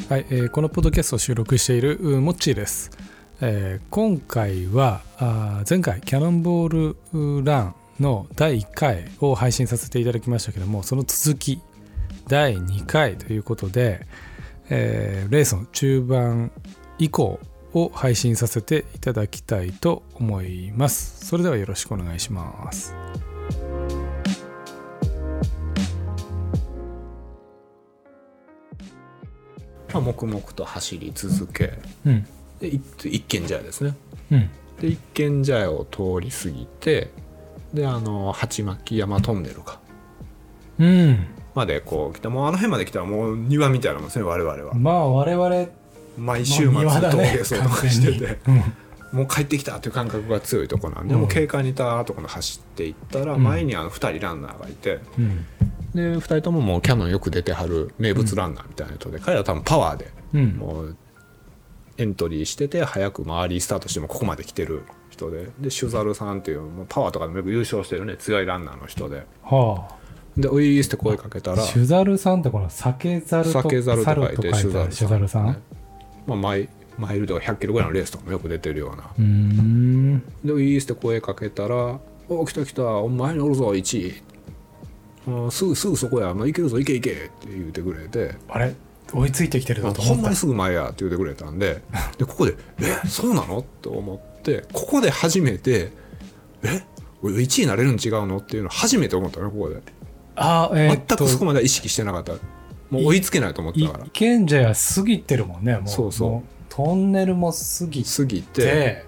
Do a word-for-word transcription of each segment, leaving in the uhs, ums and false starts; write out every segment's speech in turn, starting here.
はい、えー、このポッドキャストを収録しているモッチーです。えー、今回はあ前回キャノンボールランのだいいっかいを配信させていただきましたけども、その続きだいにかいということで、えー、レースの中盤以降を配信させていただきたいと思います。それではよろしくお願いします。 まあ、黙々と走り続け、 うん、 で一軒茶屋ですね、 うん、 で一軒茶屋を通り過ぎて、であの鉢巻山トンネルか、 うん、 までこう来た。もうあの辺まで来たらもう庭みたいなもんですね、我々は。 まあ我々 毎週末峠走とかしてて、 うん、 もう帰ってきたという感覚が強いとこなんで、うん、もう警官にたーっとこの走っていったら、前にあのふたりランナーがいて、うん、でふたりとももうキャノンよく出てはる名物ランナーみたいな人で、うん、彼らは多分パワーで、うん、もうエントリーしてて早く回りスタートしてもここまで来てる人で、でシュザルさんっていうもうパワーとかでもよく優勝してるね強いランナーの人で、はあ、でおいーって声かけたら、 シュザルさんってこの酒ザルと酒ザルと書いてシュザルさん、 シュザルさん、ね、 まあ、マイマイルとかひゃっキロぐらいのレースとかもよく出てるような。 うーんでおいーって声かけたら、お来た来た、お前におるぞいちい、すぐすぐそこや、まあ、行けるぞ行け行けって言ってくれて、あれ追いついてきてるぞと思った、 ほんまにすぐ前やって言ってくれたんで、でここでえそうなのと思って、ここで初めてえ俺いちいになれるん違うのっていうの初めて思ったね、ここで。 あ、えー、っと全くそこまでは意識してなかった。もう追いつけないと思ってたから。 一軒茶屋過ぎてるもんね、もう。 そうそう、 もうトンネルも過ぎて、 過ぎて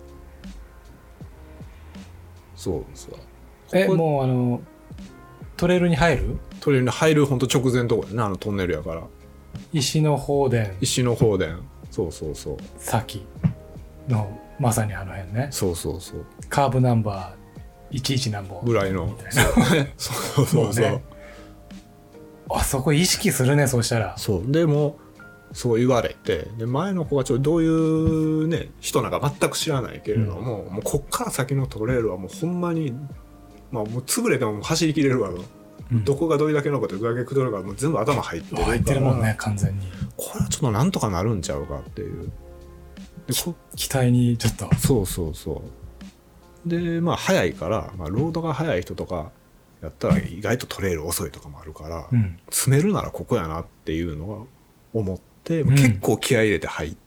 そうそう、 えもうあのトレイルに入るトレイルに入るほんと直前のところね、あのトンネルやから。 石の方殿石の方殿、そうそうそう、 先のまさにあの辺ね。 そうそうそう、 カーブナンバーいちいち何本ぐらいのそうそうそう、ね、 あそこ意識するね、そうしたら。 そうでもそう言われて、で前の子がちょっとどういうね人なんか全く知らないけれども、うん、もうこっから先のトレイルはもうほんまに、まあ、もう潰れても走りきれるわと、うん、どこがどれだけのことどれだけ下るかもう全部頭入ってるから、 入ってるもんね、完全に。 これはちょっとなんとかなるんちゃうかっていう、 で期待にちょっと。 そうそうそうで、まあ早いから、まあ、ロードが速い人とかやったら意外とトレイル遅いとかもあるから、うん、詰めるならここやなっていうのは思って、うん、結構気合い入れて入って、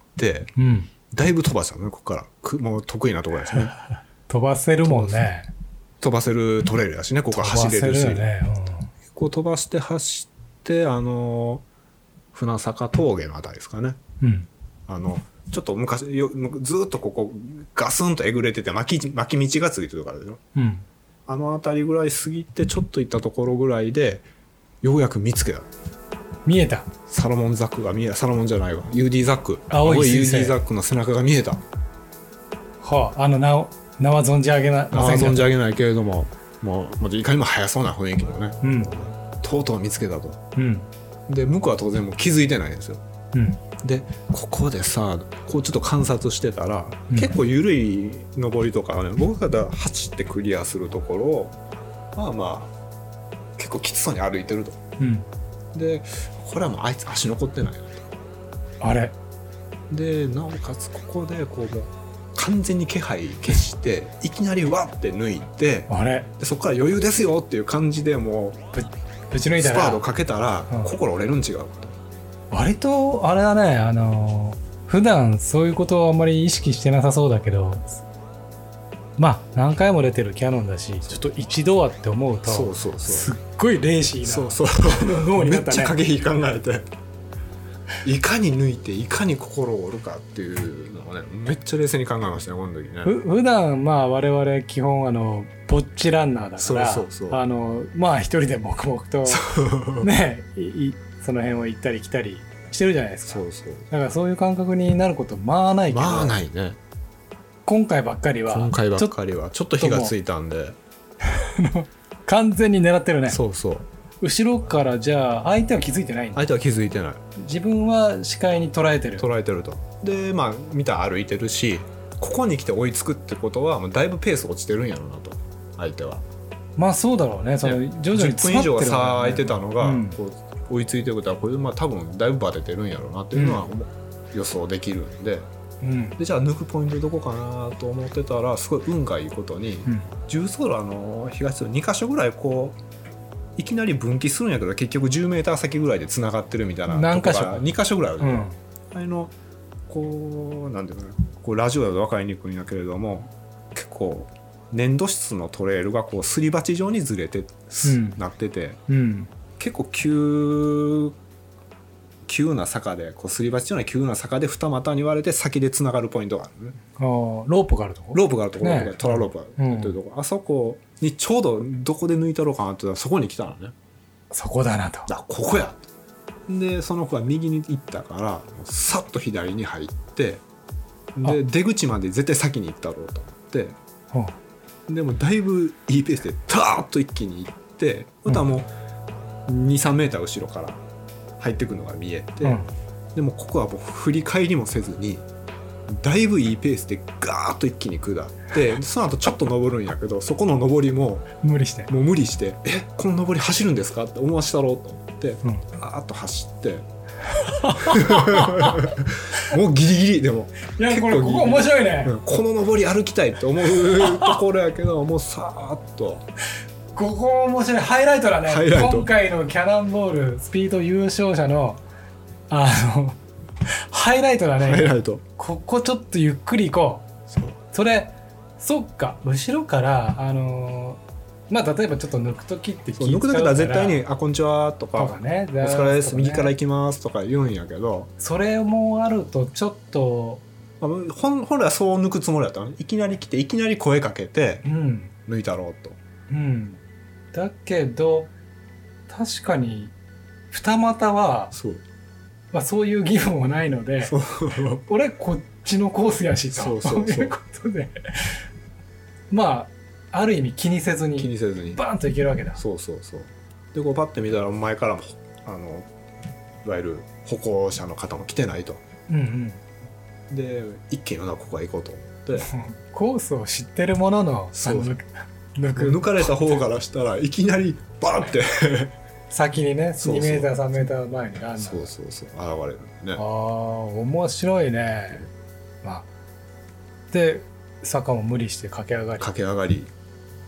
うん、だいぶ飛ばしたのね、ここからもう得意なところですね飛ばせるもんね、 飛ばせるトレイルだしね、ここは走れるし、ね、うん、結構飛ばして走って、あの船坂峠のあたりですかね、うん、あのちょっと昔よずっとここガスンとえぐれてて巻き、巻き道がついてるからでしょ、うん、あの辺りぐらい過ぎてちょっと行ったところぐらいでようやく見つけた、 見えた、 サロモンザックが見えた、サロモンじゃないわ ユーディー ザック、 青いユーディー ザックの背中が見えた。 はあ、あの名を名は存じ上げない、 名は存じ上げないけれども、もう、もういかにも速そうな雰囲気のね、うん、とうとう見つけたと、うん、で向こうは当然もう気づいてないんですよ、うん、でここでさこうちょっと観察してたら、うん、結構緩い上りとかね、僕が走ってクリアするところをまあまあ結構きつそうに歩いてると、うん、でこれはもうあいつ足残ってないよと、 あれでなおかつここでこうもう完全に気配消していきなりわって抜いて、 あれでそこから余裕ですよっていう感じでもうぶち抜いたらスパートかけたら、うん、心折れるん違うと。 割とあれだね、あの普段そういうことをあんまり意識してなさそうだけど、まあ何回も出てるキャノンだし、ちょっと一度はって思うと、 そうそうそう、 すっごいレーシーな、 そうそう脳になったね、めっちゃ駆け引き考えていかに抜いていかに心を折るかっていうのをね、めっちゃ冷静に考えましたね、この時ね。ふ普段まあ我々基本あのぼっちランナーだから、 そうそうそう、 あのまあ一人で黙々とねいその辺を行ったり来たりしてるじゃないですか。 そうそう、 だからそういう感覚になることまあないけど、 まあないね。 今回ばっかりは今回ばっかりはちょっと火がついたんで完全に狙ってるね。 そうそう、 後ろからじゃあ相手は気づいてないんだ。 相手は気づいてない、 自分は視界に捉えてる捉えてると。でまあ見た歩いてるし、ここに来て追いつくってことはもうだいぶペース落ちてるんやろうなと、相手は。 まあそうだろうね、その徐々に詰まってる、ね、 じゅっぷん以上は差空いてたのが、うん、こう追いついてることはこれ、まあ、多分だいぶバテてるんやろうなっていうのは予想できるんで、うん、でじゃあ抜くポイントどこかなと思ってたらすごい運がいいことに、うん、重走路の東のにかしょぐらいこういきなり分岐するんやけど結局じゅうメーター先ぐらいでつながってるみたいな何箇所にかしょぐらいある、うん、あれのこうなんていうのこうラジオだと分かりにくいんやけれども結構粘土質のトレイルがこうすり鉢状にずれて、うん、なってて、うん、結構急急な坂でこうすり鉢状な急な坂で二股に割れて先でつながるポイントがあるね。 あロープがあるとこロープがあるところ、ね、トラロープがあるというところ、うん、あそこにちょうどどこで抜いたろうかなって言ったらそこに来たのね。 そこだなと。 だここやでその子は右に行ったからさっと左に入ってで出口まで絶対先に行ったろうと思って、うん、でもだいぶいいペースでターッと一気に行ってあとはもう にさんメーター後ろから入ってくるのが見えて、うん、でもここはもう振り返りもせずにだいぶいいペースでガーッと一気に下ってその後ちょっと登るんやけどそこの登りも無理してもう無理してえこの登り走るんですかって思わしたろうと思って、うん、ガーッと走ってもうギリギリでもいやこれここ面白いね、 うん、この登り歩きたいって思うところやけどもうさーっとここ面白いハイライトだね。今回のキャノンボールスピード優勝者のあのハイライトだね。 ハイライトここちょっとゆっくり行こう。そうそれそっか後ろからあのー、まあ例えばちょっと抜くときって聞いちゃうから抜くときは絶対にあこんにちはとか、とかね、お疲れです、ね、右から行きますとか言うんやけどそれもあるとちょっと本, 本来はそう抜くつもりだったの。いきなり来ていきなり声かけて、うん、抜いたろうと、 うん、だけど確かに二股はそう、まあ、そういう義務もないので俺こっちのコースやしとそうそうそういうことでまあある意味気にせずに気にせずにバーンといけるわけだ。 そうそうそうでこうパッて見たら前からもあのいわゆる歩行者の方も来てないと、うんうん、で一気にここは行こうと思ってコースを知ってるもののそう抜く抜かれた方からしたらいきなりバーンって先にねにメーターさんメーター前にランナーそうそうそう現れるね。 ああ面白いね。まあで坂も無理して駆け上がり駆け上がり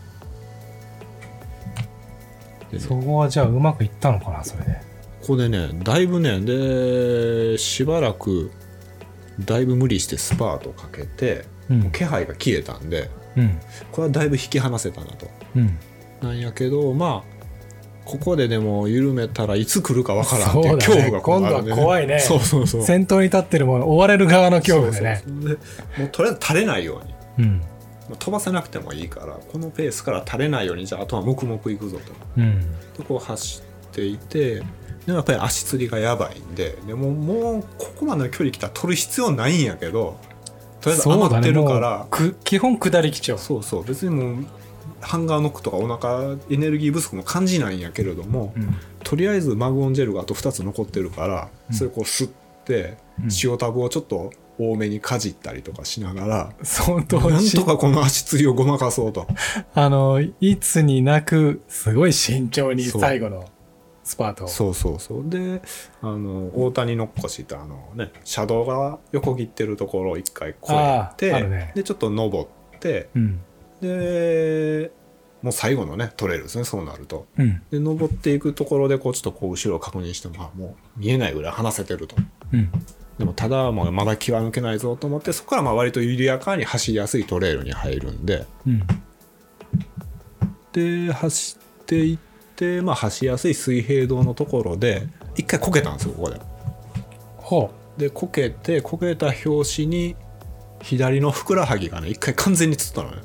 で、ね、そこはじゃあうまくいったのかな。それでここでねだいぶねでしばらくだいぶ無理してスパートかけて、うん、気配が消えたんで、うん、これはだいぶ引き離せたなと、うん、なんやけどまあここででも緩めたらいつ来るかわからんっていう恐怖がこうあるね。今度は怖いね。 そうそうそう先頭に立ってるもの追われる側の恐怖でね。 そうそうそうでもうとりあえず垂れないように、うん、飛ばせなくてもいいからこのペースから垂れないようにじゃああとは黙々行くぞと、うん、でこう走っていてでもやっぱり足つりがやばいんででももうここまでの距離来たら取る必要ないんやけどとりあえず余ってるから、 ね、基本下り基調そうそう別にもうハンガーノックとかお腹エネルギー不足も感じないんやけれども、うん、とりあえずマグオンジェルがあとふたつ残ってるから、うん、それこう吸って、うん、塩タブをちょっと多めにかじったりとかしながら相当なんとかこの足つりをごまかそうとあのいつになくすごい慎重に最後のスパートそうそうそうであの大谷のっこしってあのね車道が横切ってるところを一回越えて、ね、でちょっと登って、うん、でもう最後のねトレイルですねそうなると、うん、で登っていくところでこうちょっとこう後ろを確認してももう見えないぐらい離せてると、うん、でもただまだ気は抜けないぞと思ってそこからまあ割と緩やかに走りやすいトレイルに入るんで、うん、で走っていって、まあ、走りやすい水平道のところで一回こけたんですよここで。 はあ、でこけてこけた拍子に左のふくらはぎがね一回完全につったのね。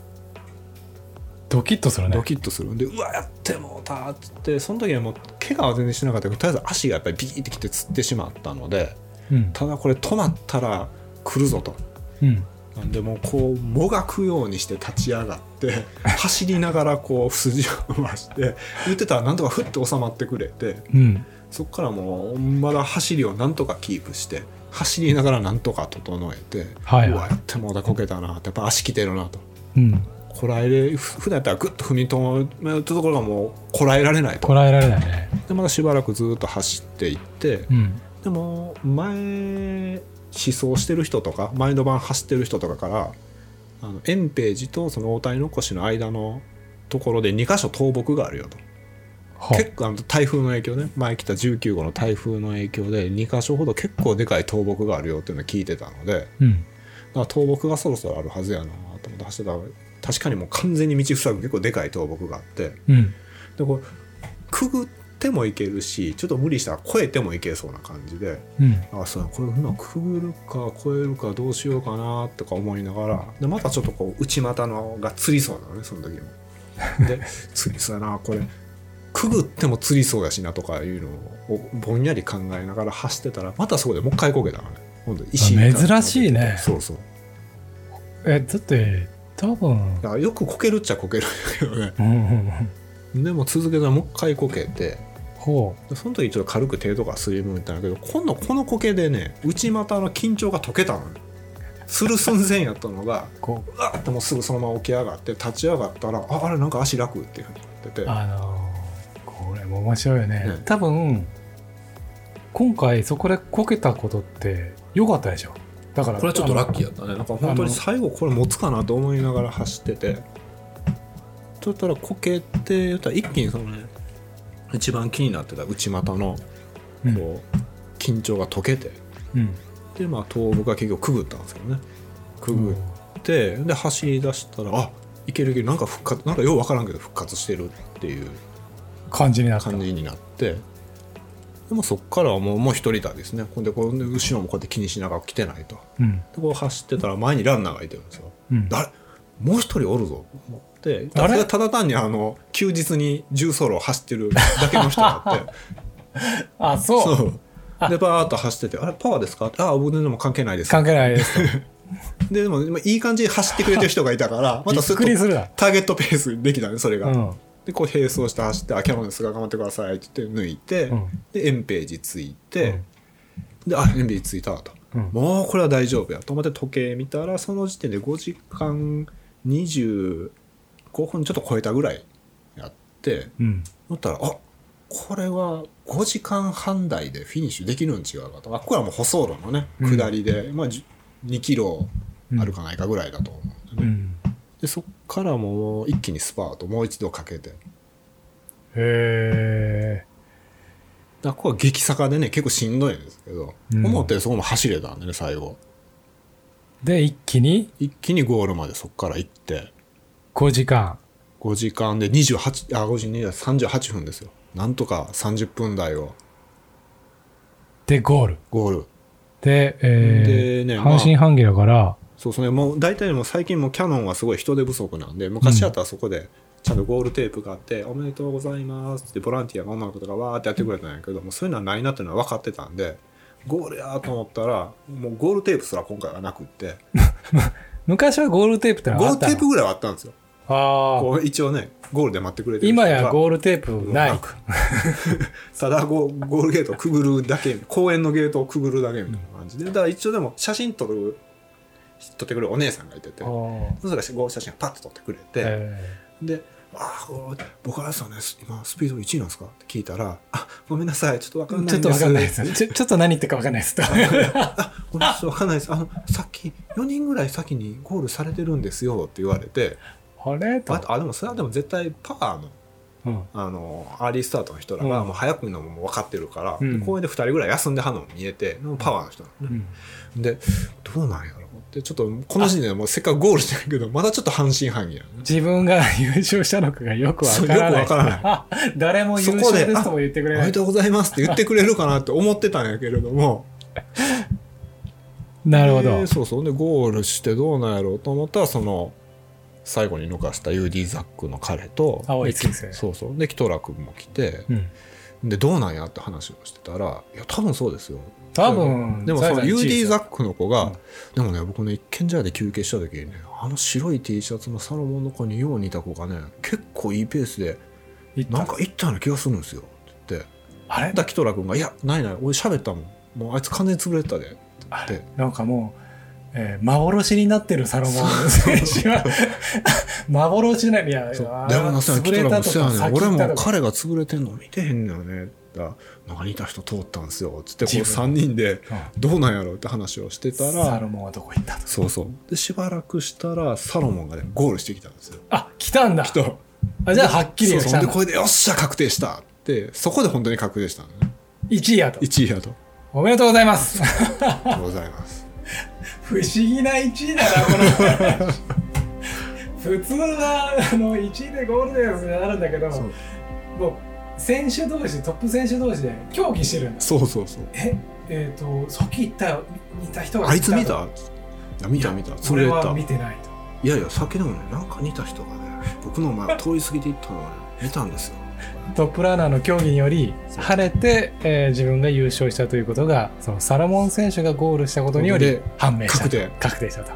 ドキッとするね。 ドキッとするんでうわやってもうたっつってその時はもう怪我は全然しなかったけどとりあえず足がやっぱりビキッてきてつってしまったので、うん、ただこれ止まったら来るぞと、うん、なんでもうこうもがくようにして立ち上がって走りながらこう筋を回して言ってたらなんとかふって収まってくれて、うん、そっからもうまだ走りをなんとかキープして走りながらなんとか整えて、はいはい、うわやってもうだこけたなってやっぱ足きてるなと、うん、こらえれ普段やったらグッと踏み止めるところがもうこらえられないとこらえられないねでまたしばらくずっと走っていって、うん、でも前試走してる人とか前の晩走ってる人とかからあの円平寺とその大谷の越の間のところでにか所倒木があるよと。結構あの台風の影響ね、前来たじゅうきゅうごうの台風の影響でにか所ほど結構でかい倒木があるよっていうのを聞いてたので、うん、だから倒木がそろそろあるはずやなと思って走ってたら、確かにもう完全に道塞ぐ結構でかい倒木があって、うん、でこれくぐってもいけるしちょっと無理したら越えてもいけそうな感じで、うん、あそうこれ今くぐるか越えるかどうしようかなとか思いながら、でまたちょっとこう内股のがつりそうなのねその時も。でつりそうやなこれくぐっても釣りそうやしなとかいうのをぼんやり考えながら走ってたらまたそこでもう一回こけたのね。今度石珍しいね。 そうそう。 えだって多分いやよくこけるっちゃこけるんだけどね、うんうん、でも続けたらもう一回こけて、ほうその時ちょっと軽く手とかすりむいたんだけど、今度このこけでね内股の緊張が解けたのね。する寸前やったのがこううわっともうすぐそのまま起き上がって立ち上がったら あ, あれなんか足楽っていうふうになってて、あのーこれも面白いよ ね, ね多分今回そこでこけたことって良かったでしょ。だからこれはちょっとラッキーやったね。なんか本当に最後これ持つかなと思いながら走ってて、そしたらこけて一気にそのね一番気になってた内股のこう、うん、緊張が解けて、うん、でまあ頭部が結局くぐったんですよね。くぐって、うん、で走り出したらあいけるいけるなんか復活なんかよう分からんけど復活してるっていう感じになった感じになって、でもそっからはもうもう一人旅ですね。ほんでこう後ろもこうやって気にしながら来てないと、うん、でこう走ってたら前にランナーがいてるんですよ、うん、誰もう一人おるぞと思ってただただ単にあの休日に重走路を走ってるだけの人があってあそうそうでバーッと走っててあれパワーですかってああ僕でも関係ないです関係ないですで, でもいい感じに走ってくれてる人がいたからまたすっとターゲットペースできたねそれが、うん、でこう並走して走ってあキャノンですが頑張ってくださいって言って抜いて、うん、で円平寺ついて、うん、であ円平寺ついたと、うん、もうこれは大丈夫やと思って時計見たらその時点でごじかんにじゅうごふんちょっと超えたぐらいやって、うん、そしたらあこれはごじかんはん台でフィニッシュできるん違うかと。あここはもう舗装路のね下りで、うんまあ、にキロあるかないかぐらいだと思うんでね、うんでそっからもう一気にスパートもう一度かけてへえここは激坂でね結構しんどいんですけど、うん、思ったよりそこも走れたんでね最後で一気に一気にゴールまでそっから行ってごじかんごじかんでにじゅうはちあごじにさんじゅうはっぷんですよ。なんとかさんじゅっぷん台をでゴールゴールで、えーでね、半信半疑だから、まあそうそうね、もう大体もう最近もキャノンはすごい人手不足なんで昔やったらそこでちゃんとゴールテープがあって、うん、おめでとうございますってボランティアの女の子とかわーってやってくれたんやけどもそういうのはないなっていうのは分かってたんでゴールやと思ったらもうゴールテープすら今回はなくって昔はゴールテープってのはあったの？ ゴールテープぐらいはあったんですよ。 あこう一応ねゴールで待ってくれてる今やゴールテープないただゴールゲートをくぐるだけ公園のゲートをくぐるだけみたいな感じでだから一応でも写真撮る撮ってくれるお姉さんがいててそしたらゴール写真をパッと撮ってくれてであ僕はですよね今スピードいちいなんですかって聞いたらあごめんなさいちょっと分かんないんですちょっと分かんないですちょ、ちょっと何言ってるか分かんないですとあごめんなさい分かんないですあのさっきよにんぐらい先にゴールされてるんですよって言われてあれとあ, あでもそれはでも絶対パワーのうん、あのアーリースタートの人らがもう早くのも分かってるから、うん、公園でふたりぐらい休んではんのも見えてパワーの人なのね、うん、でどうなんやろってちょっとこの時点でもうせっかくゴールしてるけどまだちょっと半信半疑や、ね、 自分が優勝したのかがよく分からないよく分からない誰も優勝ですとも言ってくれないおめでとうございますって言ってくれるかなって思ってたんやけれどもなるほどそうそうでゴールしてどうなんやろうと思ったらその最後に抜かした ユーディー ザックの彼と青い先生そうそうでキトラ君も来て、うん、でどうなんやって話をしてたらいや多分そうですよ多分でもその ユーディー ザックの子が、うん、でもね僕ね一軒茶屋で休憩した時にねあの白い T シャツのサロモンの子によう似た子がね結構いいペースでなんか行ったような気がするんですよって言ってあれだキトラ君がいやないない俺喋ったもんもうあいつ完全に潰れてたでってなんかもうえー、幻になってるサロモン選手は幻ない。いや、 でもなさん来たらもうそうやねん。俺も彼が潰れてんの見てへんのよね。だなんか似た人通ったんですよつってこうさんにんでどうなんやろうって話をしてたら、 サロモンはどこ行ったと。 そうそうでしばらくしたらサロモンがねゴールしてきたんですよ。 あ、来たんだ。 来た。 あ、じゃあはっきりしたんだ。 そうそうでこれでよっしゃ確定したってそこで本当に確定したのね。 いちいやと。 いちいやと。 おめでとうございます。 ありがとうございます。 不思議ないちいだなこの普通はあのいちいでゴールデンスになるんだけど、もう選手同士、トップ選手同士で競技してるんだ。 そうそうそう。 え、えっ、ー、とさっき言ったよ、見た人があいつ見た？いや見た見た。 それは見てないと。 いやいやさっきでもねなんか似た人がね僕の前を通り過ぎていったのをね見たんですよ。 トップランナーの競技により晴れて、えー、自分が優勝したということがそのサロモン選手がゴールしたことにより判明した。 確定確定したと。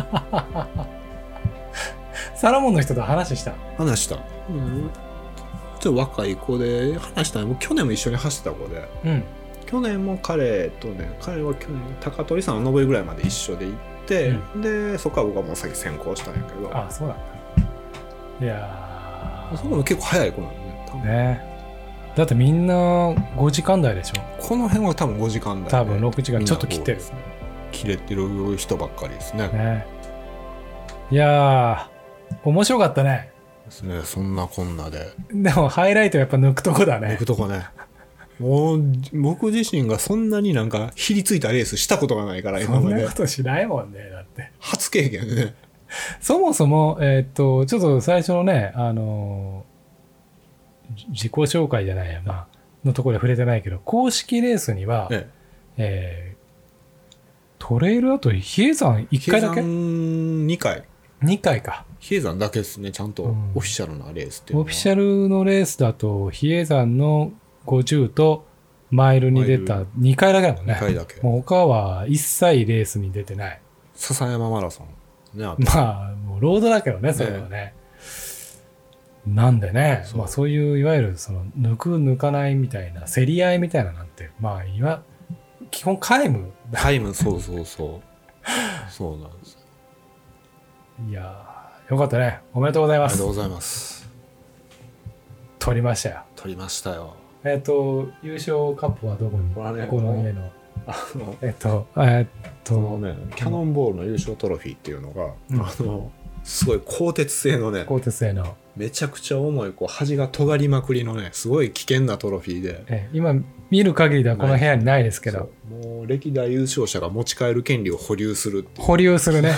サロモンの人と話した話した、うん、ちょっと若い子で話したの。去年も一緒に走った子で、うん、去年も彼とね彼は去年高取さんの上りぐらいまで一緒で行って、うん、でそこから僕はもう先先行したんやけど。 あ、そうなんだ。いやそこも結構早い子なんだね多分ね。だってみんなごじかん台でしょ。 この辺は多分ごじかん台で多分ろくじかんちょっと切ってる切れてる人ばっかりです ね, ね。 いやー面白かったね。 ですね。そんなこんなででもハイライトやっぱ抜くとこだね。 抜くとこね。もう僕自身がそんなになんかひりついたレースしたことがないから今まで。 そんなことしないもんね。だって初経験ね。 そもそもえー、っとちょっと最初のねあのー自己紹介じゃないやなのところで触れてないけど、公式レースには、えええー、トレイルだと比叡山いっかいだけ？ にかい。 にかいか。 比叡山だけですね。ちゃんとオフィシャルなレースっていうのは、 うん、オフィシャルのレースだと比叡山のごじゅうとマイルに出たにかいだけだもんね。にかいだけ。もう他は一切レースに出てない。 笹山マラソン、ね、あまあもうロードだけどねそれはね。ねなんでね、そう、まあ、そういういわゆるその抜く抜かないみたいな競り合いみたいななんてまあいわ基本皆無皆無そうそうそうそうなんです。 いやよかったね。おめでとうございます。 ありがとうございます。 取りましたよ。 取りましたよ。 えっと優勝カップはどこに？こね、 この家のあのえっとえっとねキャノンボールの優勝トロフィーっていうのが、うん、あのすごい鋼鉄製のね鋼鉄製のめちゃくちゃ重いこう端が尖りまくりのねすごい危険なトロフィーで、 え今見る限りではこの部屋にないですけど、 もう歴代優勝者が持ち帰る権利を保留するっていう。 保留するね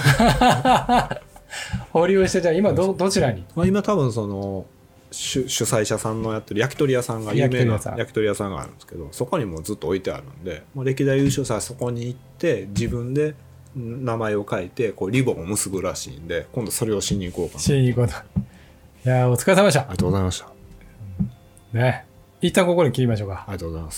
保留してじゃあ今 ど, どちらに、 まあ、今多分その 主, 主催者さんのやってる焼き鳥屋さんが有名な焼き鳥屋さんがあるんですけど、そこにもずっと置いてあるんで、もう歴代優勝者はそこに行って自分で名前を書いてこうリボンを結ぶらしいんで、今度それをしに行こうかな。 しに行こうと。いやお疲れ様でした。 ありがとうございました。 ね、一旦ここで切りましょうか。 ありがとうございます。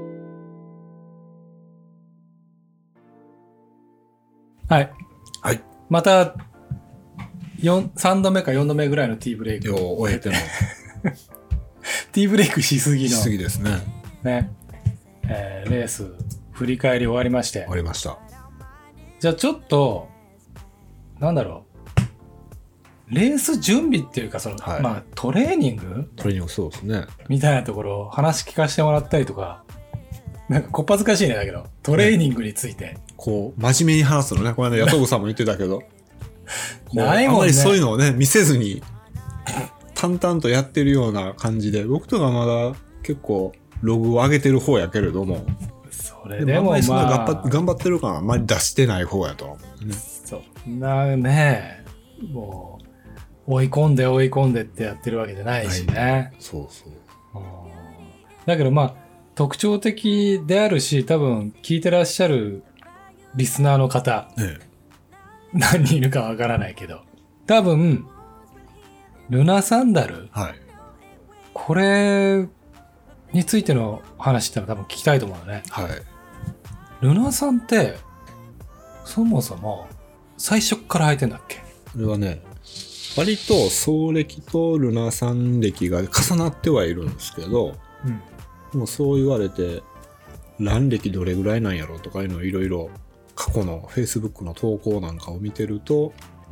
はい。 はい。 またさんどめかよんどめぐらいのティーブレイクを終えてのティーブレイクしすぎのしすぎですね。 ね、えー、レース振り返り終わりまして。 終わりました。 じゃあちょっとなんだろう、レース準備っていうかその、はい、まあトレーニングトレーニングそうですねみたいなところを話聞かせてもらったりとか、なんかこっぱずかしいね。だけどトレーニングについて、ね、 こう真面目に話すのね。この間ヤトブさんも言ってたけどないもんね、あんまりそういうのをね見せずに淡々とやってるような感じで、僕とかまだ結構ログを上げてる方やけれども、 それでもまあそんな頑張って頑張ってるからあんまり出してない方やと思うね。 そんなねもう追い込んで追い込んでってやってるわけじゃないしね。 そうそう。 だけどまあ特徴的であるし、多分聞いてらっしゃるリスナーの方、ええ、何人いるかわからないけど、多分ルナサンダル、はい、これについての話ってのは多分聞きたいと思うよね。はい。ルナさんってそもそも最初から履いてんだっけ？ これはね、割と総歴とルナさん歴が重なってはいるんですけど、うん、でもそう言われてラン歴どれぐらいなんやろうとかいうのをいろいろ過去の Facebook の投稿なんかを見てると、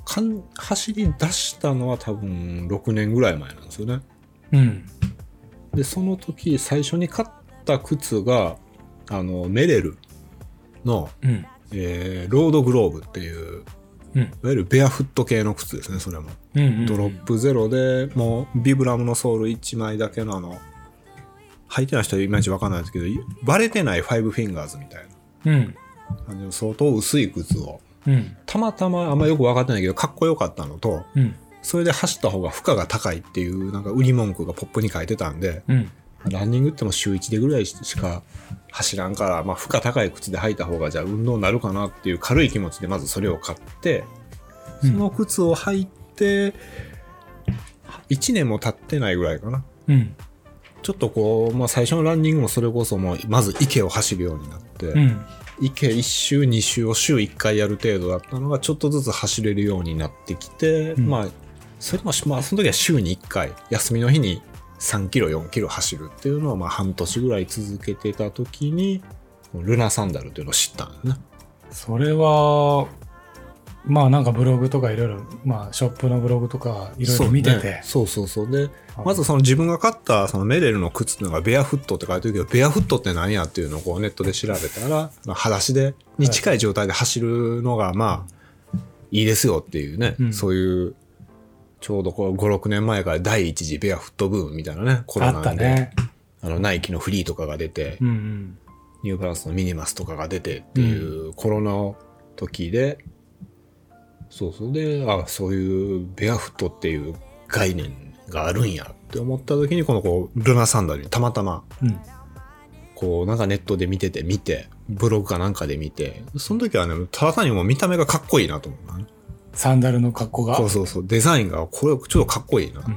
かん走り出したのは多分ろくねんぐらい前なんですよね。 うん、 でその時最初に買った靴があのメレルの、うんえー、ロードグローブっていう、うん、いわゆるベアフット系の靴ですね。それも、うんうんうん、ドロップゼロでもうビブラムのソールいちまいだけのあの履いてない人はいまいち分かんないですけど割れてないファイブフィンガーズみたいな、うん、あの相当薄い靴を、うん、たまたまあんまよく分かってないけどかっこよかったのと、うん、それで走った方が負荷が高いっていうなんか売り文句がポップに書いてたんで、うん、ランニングっても週いちでぐらいしか走らんから、まあ、負荷高い靴で履いた方がじゃあ運動になるかなっていう軽い気持ちでまずそれを買ってその靴を履いていちねんも経ってないぐらいかな、うん、ちょっとこう、まあ、最初のランニングもそれこそもうまず池を走るようになって、うん、池いち周に周を週いっかいやる程度だったのがちょっとずつ走れるようになってきて、うん、まあそれも、まあ、その時は週にいっかい休みの日にさんキロよんキロ走るっていうのをまあ半年ぐらい続けてた時にルナサンダルっていうのを知ったんだね。 それはまあなんかブログとかいろいろまあショップのブログとかいろいろ見ててそうそうそうでまずその自分が買ったそのメレルの靴っていうのがベアフットって書いてるけどベアフットって何やっていうのをこうネットで調べたら、まあ、裸足でに近い状態で走るのがまあいいですよっていうね、うん、そういうちょうどこうごろくねんまえから第一次ベアフットブームみたいなねコロナで あ, った、ね、あのナイキのフリーとかが出て、うんうん、ニューバランスのミニマスとかが出てっていうコロナの時で、うん、そうそうであそういうベアフットっていう概念があるんやって思った時にこのこうルナサンダルにたまたま、うん、こうなんかネットで見てて見てブログかなんかで見てその時はねただ単にもう見た目がかっこいいなと思うなサンダルの格好がそうそうそうデザインがこれちょっとかっこいいなと、うん、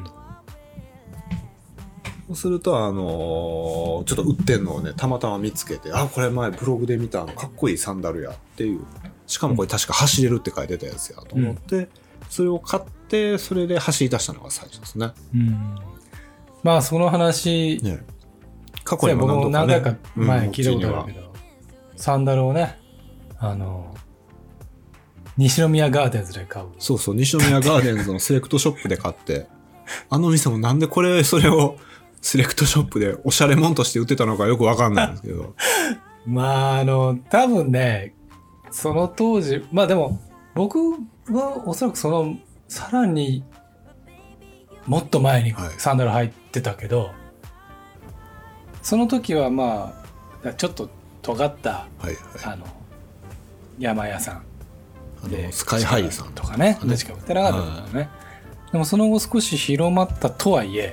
そうするとあのー、ちょっと売ってんのをねたまたま見つけてあこれ前ブログで見たのかっこいいサンダルやっていうしかもこれ確か走れるって書いてたやつやと思って、うん、それを買ってそれで走り出したのが最初ですね、うん、 まあその話、ね、 過去にも何度かね何回か前聞いたことあるけど、うん、サンダルをねあの西宮ガーデンズで買うそうそう西宮ガーデンズのセレクトショップで買ってあの店もなんでこれそれをセレクトショップでおしゃれもんとして売ってたのかよくわかんないんですけどまああの多分ねその当時まあでも僕はおそらくそのさらにもっと前にサンダル入ってたけど、はい、その時はまあちょっと尖った、はいはい、あの山屋さんあのスカイハイさんとかねでしか売ってなかったからね。でもその後少し広まったとはいえ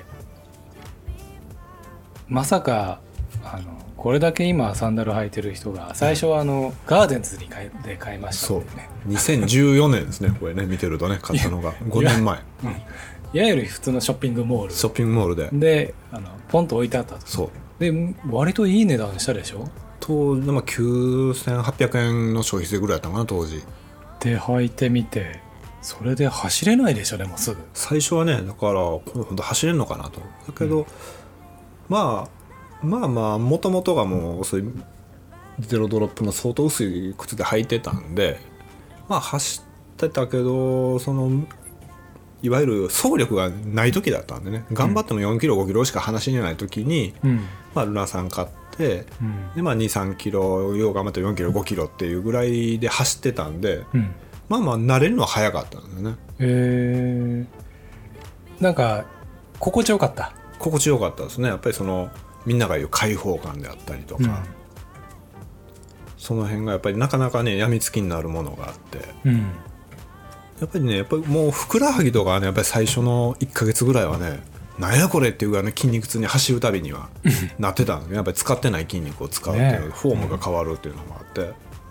まさかあのこれだけ今サンダル履いてる人が最初はあのガーデンズに買いで買いましたんでね。 そうにせんじゅうよねんですねこれね見てるとね買ったのがごねんまえいわ、うん、いわゆる普通のショッピングモールショッピングモールでであのポンと置いてあったと。 そうで割といい値段したでしょ。 当時、まあ、きゅうせんはっぴゃくえんの消費税ぐらいだったかな当時で履いてみてそれで走れないでしょ。でもすぐ最初はねだから本当走れんのかなとだけど、うん、まあまあまあもともとがもうそういうゼロドロップの相当薄い靴で履いてたんでまあ走ってたけどそのいわゆる走力がない時だったんでね頑張ってもよんキロごキロしか走れない時に、うんまあ、ルナさん買って、うんでまあ、にさんキロよう頑張ってよんキロごキロっていうぐらいで走ってたんで、うん、まあまあ慣れるのは早かったんだよね。 へーなんか心地よかった心地よかったですね。やっぱりそのみんなが言う開放感であったりとか、うん、その辺がやっぱりなかなかね病みつきになるものがあって、うん、やっぱりねやっぱりもうふくらはぎとかはねやっぱり最初のいっかげつぐらいはねなんやこれっていうぐらいの筋肉痛に走るたびにはなってたんですけどやっぱり使ってない筋肉を使うっていうので、ね、フォームが変わるっていうのもあって、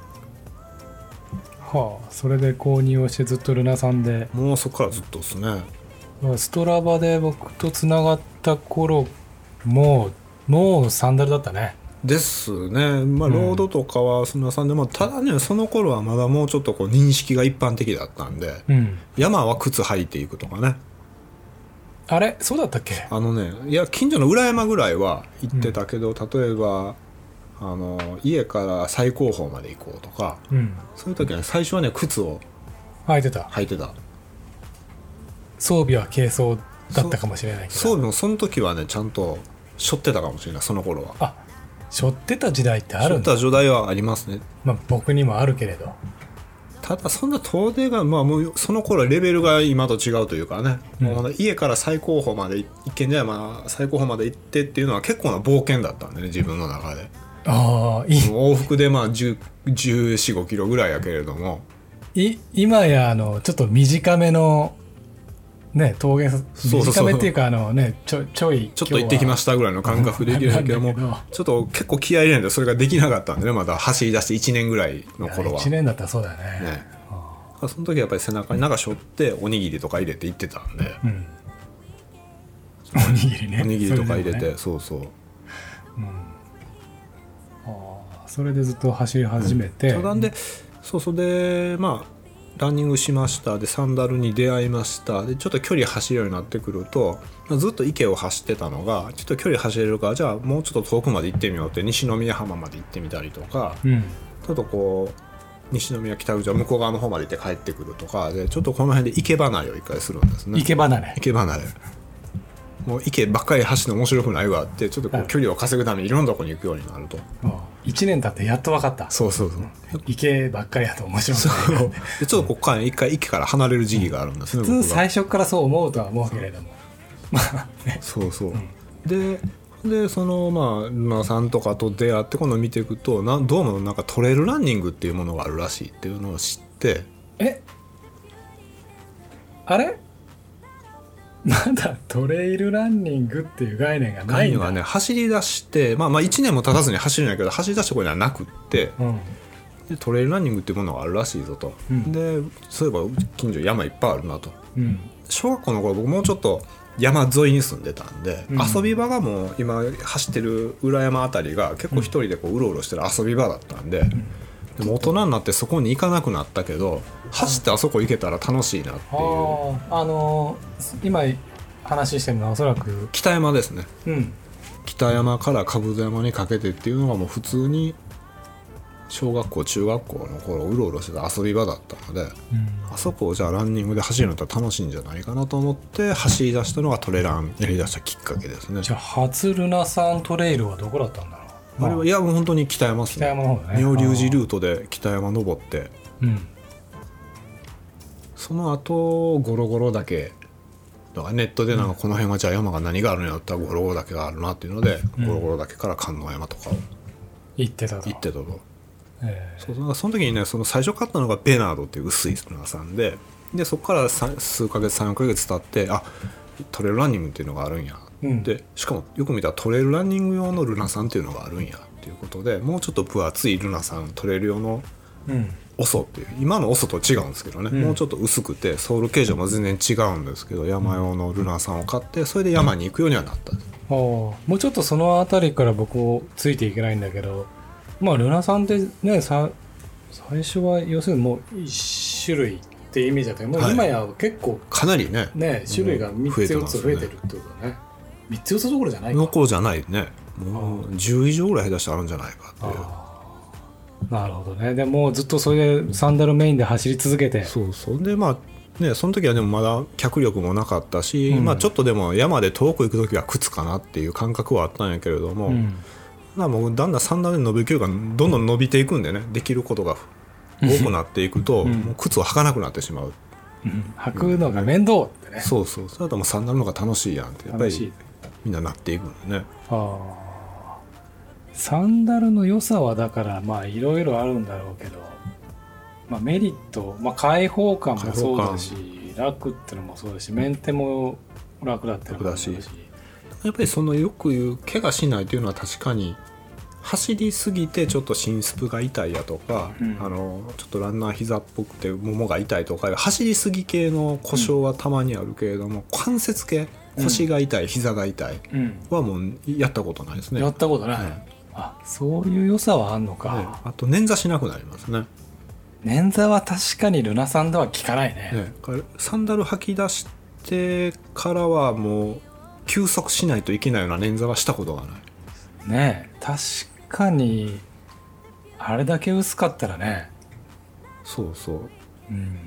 はあそれで購入をしてずっとルナさんでもうそこからずっとですね。 ストラバで僕とつながった頃もうもうサンダルだったね。 ですね。まあロードとかはルナさんでも、うん、ただねその頃はまだもうちょっとこう認識が一般的だったんで、うん、山は靴履いていくとかね。 あれそうだったっけ。 あのねいや近所の裏山ぐらいは行ってたけど、うん、例えばあの家から最高峰まで行こうとか、うん、そういう時は、ね、最初はね靴を履いてた履いてた装備は軽装だったかもしれないけど、 装備もその時はねちゃんと背負ってたかもしれない。その頃はあ背負ってた時代ってあるんだ。 背負った時代はありますね。 まあ僕にもあるけれど、 ただそんな遠出が、まあ、もうその頃レベルが今と違うというかね、うん、もう家から最高峰まで一軒じゃまあ最高峰まで行ってっていうのは結構な冒険だったんでね自分の中で。 あいい往復でまあじゅう、じゅうよん、ごキロぐらいやけれども、 い今やあのちょっと短めのね峠、短めっていうかあのねちょちょいちょっと行ってきましたぐらいの感覚できるんだけどもちょっと結構気合い入れないとそれができなかったんでね、まだ走り出していちねんぐらいの頃は。 いちねんだったらそうだよね。 ねその時はやっぱり背中になんか背負っておにぎりとか入れて行ってたんで、うん、 おにぎりねおにぎりとか入れて、ね、そうそう、うん、 あそれでずっと走り始めて、 うん、なんでそうそうでまあランニングしました。でサンダルに出会いました。でちょっと距離走るようになってくるとずっと池を走ってたのがちょっと距離走れるからじゃあもうちょっと遠くまで行ってみようって西宮浜まで行ってみたりとか、うん、ちょっとこう西宮北口は向こう側の方まで行って帰ってくるとかでちょっとこの辺で池離れを一回するんですね。 池離れ池離れもう池ばっかり走るの面白くないわってちょっとこう距離を稼ぐためにいろんなとこに行くようになると、 いちねん経ってやっと分かった。 そうそうそう池ばっかりやと面白くないそうでちょっとここから一回池から離れる時期があるんですね、 うん、普通最初からそう思うとは思うけれどもまあねそうそう、うん、ででそのまあルナさんとかと出会って今度見ていくとなどうもなんかトレイルランニングっていうものがあるらしいっていうのを知って、 えあれまだトレイルランニングっていう概念がないんだ。 概念がね走り出して、まあ、まあいちねんも経たずに走るんやけど走り出したことはなくって、うん、でトレイルランニングっていうものがあるらしいぞと、うん、でそういえば近所山いっぱいあるなと、うん、小学校の頃僕もうちょっと山沿いに住んでたんで、うん、遊び場がもう今走ってる裏山あたりが結構一人でこううろうろしてる遊び場だったんで、うん、でも大人になってそこに行かなくなったけど走ってあそこ行けたら楽しいなっていう。 あ、あのー、今話してるのはおそらく北山ですね、うん、北山から兜山にかけてっていうのがもう普通に小学校中学校の頃うろうろしてた遊び場だったので、うん、あそこをじゃあランニングで走るのって楽しいんじゃないかなと思って走り出したのがトレランやり出したきっかけですね。 じゃあ初ルナさんトレイルはどこだったんだろう。 あれはいやもう本当に北山ですね。 北山の方だね。 妙隆寺ルートで北山登って、うん、その後ゴロゴロ岳だからネットでなんかこの辺はじゃあ山が何があるんやったらゴロゴロ岳があるなっていうので、うん、ゴロゴロ岳から観音山とかを行ってたと行ってたと、えー、そうなんかその時にねその最初買ったのがベナードっていう薄いルナさんででそこから数ヶ月 さんかげつ経ってあトレイルランニングっていうのがあるんや、うん、でしかもよく見たらトレイルランニング用のルナさんっていうのがあるんやっていうことでもうちょっと分厚いルナさんトレイル用の、うんオソっていう今のオソと違うんですけどね、うん、もうちょっと薄くてソール形状も全然違うんですけど山用のルナさんを買ってそれで山に行くようにはなったんです、 うん、もうちょっとそのあたりから僕ついていけないんだけどまあルナさんってねさ最初は要するにもう一種類っていうイメージだったけど、もう今や結構、はい、 かなりねね種類がみっつよっつ増えてるってことだね。みっつよっつどころじゃないかどころじゃないねもうじゅう以上ぐらい下手してあるんじゃないかっていう。 なるほどね。でもずっとそれでサンダルメインで走り続けてそうそうでまあねその時はでもまだ脚力もなかったし、うんまあ、ちょっとでも山で遠く行く時は靴かなっていう感覚はあったんやけれども、うん、だもうだんだんサンダルで伸びる距離がどんどん伸びていくんでねできることが多くなっていくと、うん、もう靴を履かなくなってしまう、 うん、履くのが面倒ってね、 うん、そうそうそれだともうサンダルの方が楽しいやんってやっぱりみんななっていくんだね。あサンダルの良さはだからまあいろいろあるんだろうけど、まあ、メリット、まあ、開放感もそうだし楽ってのもそうだしメンテも楽だってのもそうだしやっぱりそのよく言う怪我しないというのは確かに走りすぎてちょっと新スプが痛いやとか、うん、あのちょっとランナー膝っぽくてももが痛いとか走りすぎ系の故障はたまにあるけれども、うん、関節系腰が痛い、うん、膝が痛いはもうやったことないですね。 やったことない、うんあそういう良さはあんのか、 ね、あと捻挫しなくなりますね。 捻挫は確かにルナサンダは効かない ね, ねサンダル履き出してからはもう休息しないといけないような捻挫はしたことがないね。え確かにあれだけ薄かったらねそうそう、 うん、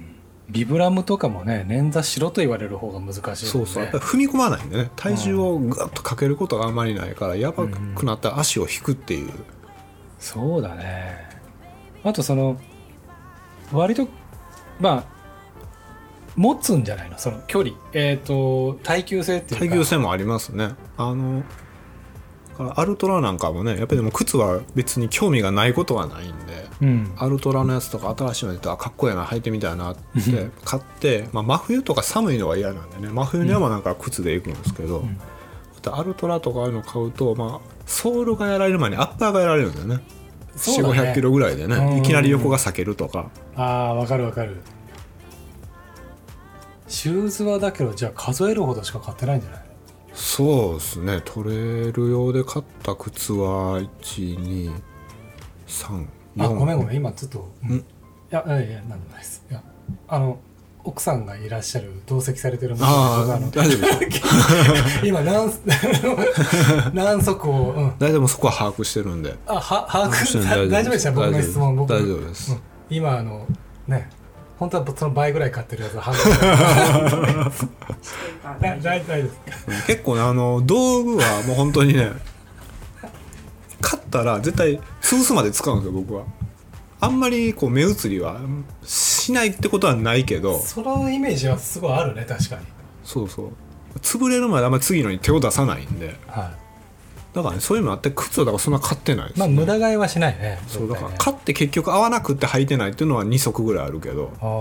ビブラムとかもね捻挫しろと言われる方が難しい、ね、 そうそうやっぱり踏み込まないんでね体重をグッとかけることがあんまりないからやばくなったら足を引くっていう、うん、 そうだね。あとその割とまあ持つんじゃないのその距離えっ、ー、と耐久性っていうか耐久性もありますね。あのアルトラなんかもねやっぱりでも靴は別に興味がないことはないんで、うん、アルトラのやつとか新しいの出たらかっこいいな履いてみたいなって買って、まあ、真冬とか寒いのは嫌なんでね真冬にはなんか靴で行くんですけど、うん、アルトラとかああいうの買うと、まあ、ソールがやられる前にアッパーがやられるんですよね。よんひゃくごひゃくキロぐらいでねいきなり横が裂けるとか。 あーわかるわかる。シューズはだけどじゃあ数えるほどしか買ってないんじゃない？ そうですねトレイル用で買った靴はいちにさんよんあごめんごめん今ちょっとんいやいやいやなんでもないです。いやあの奥さんがいらっしゃる同席されてるのああ大丈夫です今何何足を、うん、 大丈夫そこは把握してるんであは把握して大丈夫でした僕の質問僕大丈夫です、うん、 今あのね本当はその倍ぐらい買ってるやつを半分大体です結構ねあの道具はもう本当にね買ったら絶対潰すまで使うんですよ僕は。あんまりこう目移りはしないってことはないけどそのイメージはすごいあるね確かに。 そうそう潰れるまであんまり次のに手を出さないんで、はい、だからねそういうのあって靴はだからそんな買ってないです、ね、 まあ無駄買いはしないね。 そうだから買って結局合わなくって履いてないっていうのはに足ぐらいあるけど。あ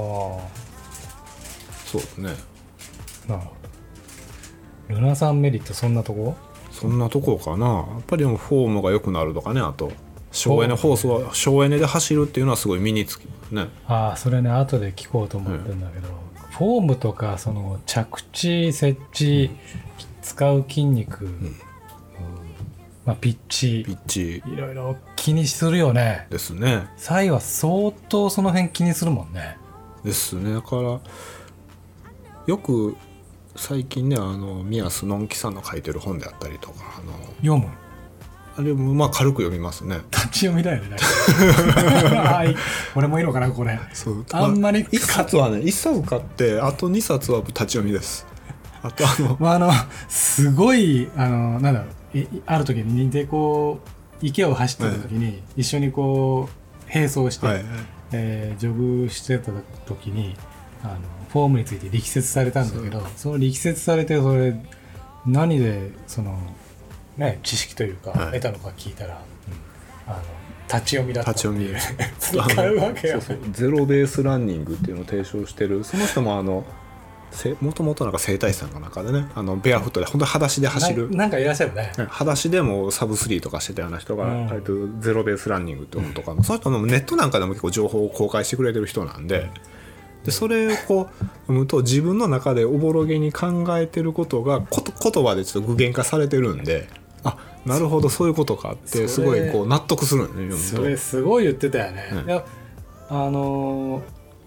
そうですね。 なるほど。ルナさんメリットそんなとこそんなとこかな。やっぱりでもフォームが良くなるとかねあと省エネホースは省エネで走るっていうのはすごい身につきますね。 ああそれね後で聞こうと思ってるんだけど、うん、フォームとかその着地接地、うん、使う筋肉、うんうんまあ、ピッチピッチいろいろ気にするよね。 ですね。 サイは相当その辺気にするもんね。 ですね。だからよく最近ねあの宮須のんきさんの書いてる本であったりとかあの読むあれもまあ軽く読みますね。 立ち読みだよね。はい、俺もいいのかなこれ。そうあんまり、まあ、 いっさつはねいっさつ買ってあとにさつは立ち読みです。あとあの、 まあ、あのすごいあのなんだろうある時にでこう池を走ってた時に、はい、一緒にこう並走して、はいはいえー、ジョグしてた時にあのフォームについて力説されたんだけど そ, その力説されてそれ何でそのね、知識というか、はい、得たのか聞いたら、うん、あの立ち読みだったっていう使うわけよ。そうそうゼロベースランニングっていうのを提唱してるその人もあのもともとなんか整体師さんかなんかでねあのベアフットで本当に裸足で走るな, なんかいらっしゃるね裸足でもサブスリーとかしてたような人が、うん、ゼロベースランニングって本とか、うん、その人もネットなんかでも結構情報を公開してくれてる人なんで、でそれをこう読むと自分の中でおぼろげに考えてることがこと言葉でちょっと具現化されてるんで、あなるほどそういうことかってすごいこう納得するんだよね。 それすごい言ってたよね、うん、いやあのー、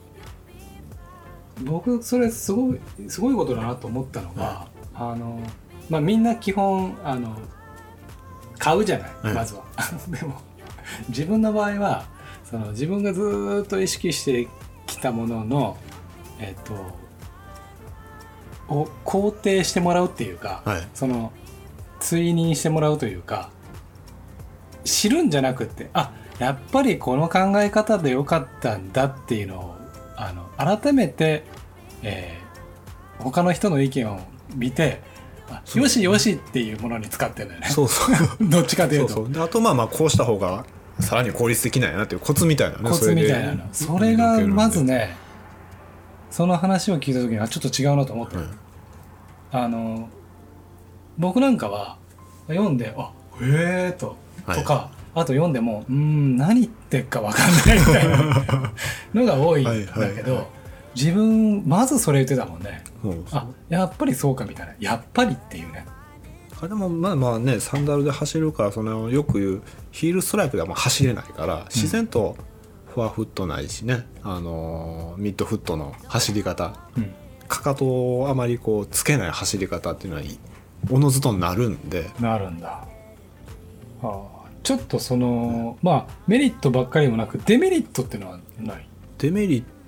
僕それすごいすごいことだなと思ったのが、うん、あのまあみんな基本あの買うじゃない、うん、まずはでも自分の場合はその自分がずっと意識してきたもののえっとを肯定してもらうっていうか、はい、その追認してもらうというか知るんじゃなくてあやっぱりこの考え方でよかったんだっていうのをあの改めて、えー、他の人の意見を見てよしよしっていうものに使ってるんだよね。そうそうどっちかというとそうそうであとまあまあこうした方がさらに効率的なんやなっていうコツみたいなねコツみたいなの そ, それがまずねその話を聞いた時にはちょっと違うなと思って、うん、あの僕なんかは読んであへえと、はい、とかあと読んでもうーん何言ってっか分かんないみたいなのが多いんだけどはいはい、はい、自分まずそれ言ってたもんね。あやっぱりそうかみたいなやっぱりっていうね。 あれもまあまあねサンダルで走るからそのよく言うヒールストライプではもう走れないから自然とフォアフットないしね、うん、あのミッドフットの走り方、うん、かかとをあまりこうつけない走り方っていうのはおのずとなるんでなるんだ、はあ、ちょっとその、うん、まあメリットばっかりもなくデメリットっていうのはない？ デメリッ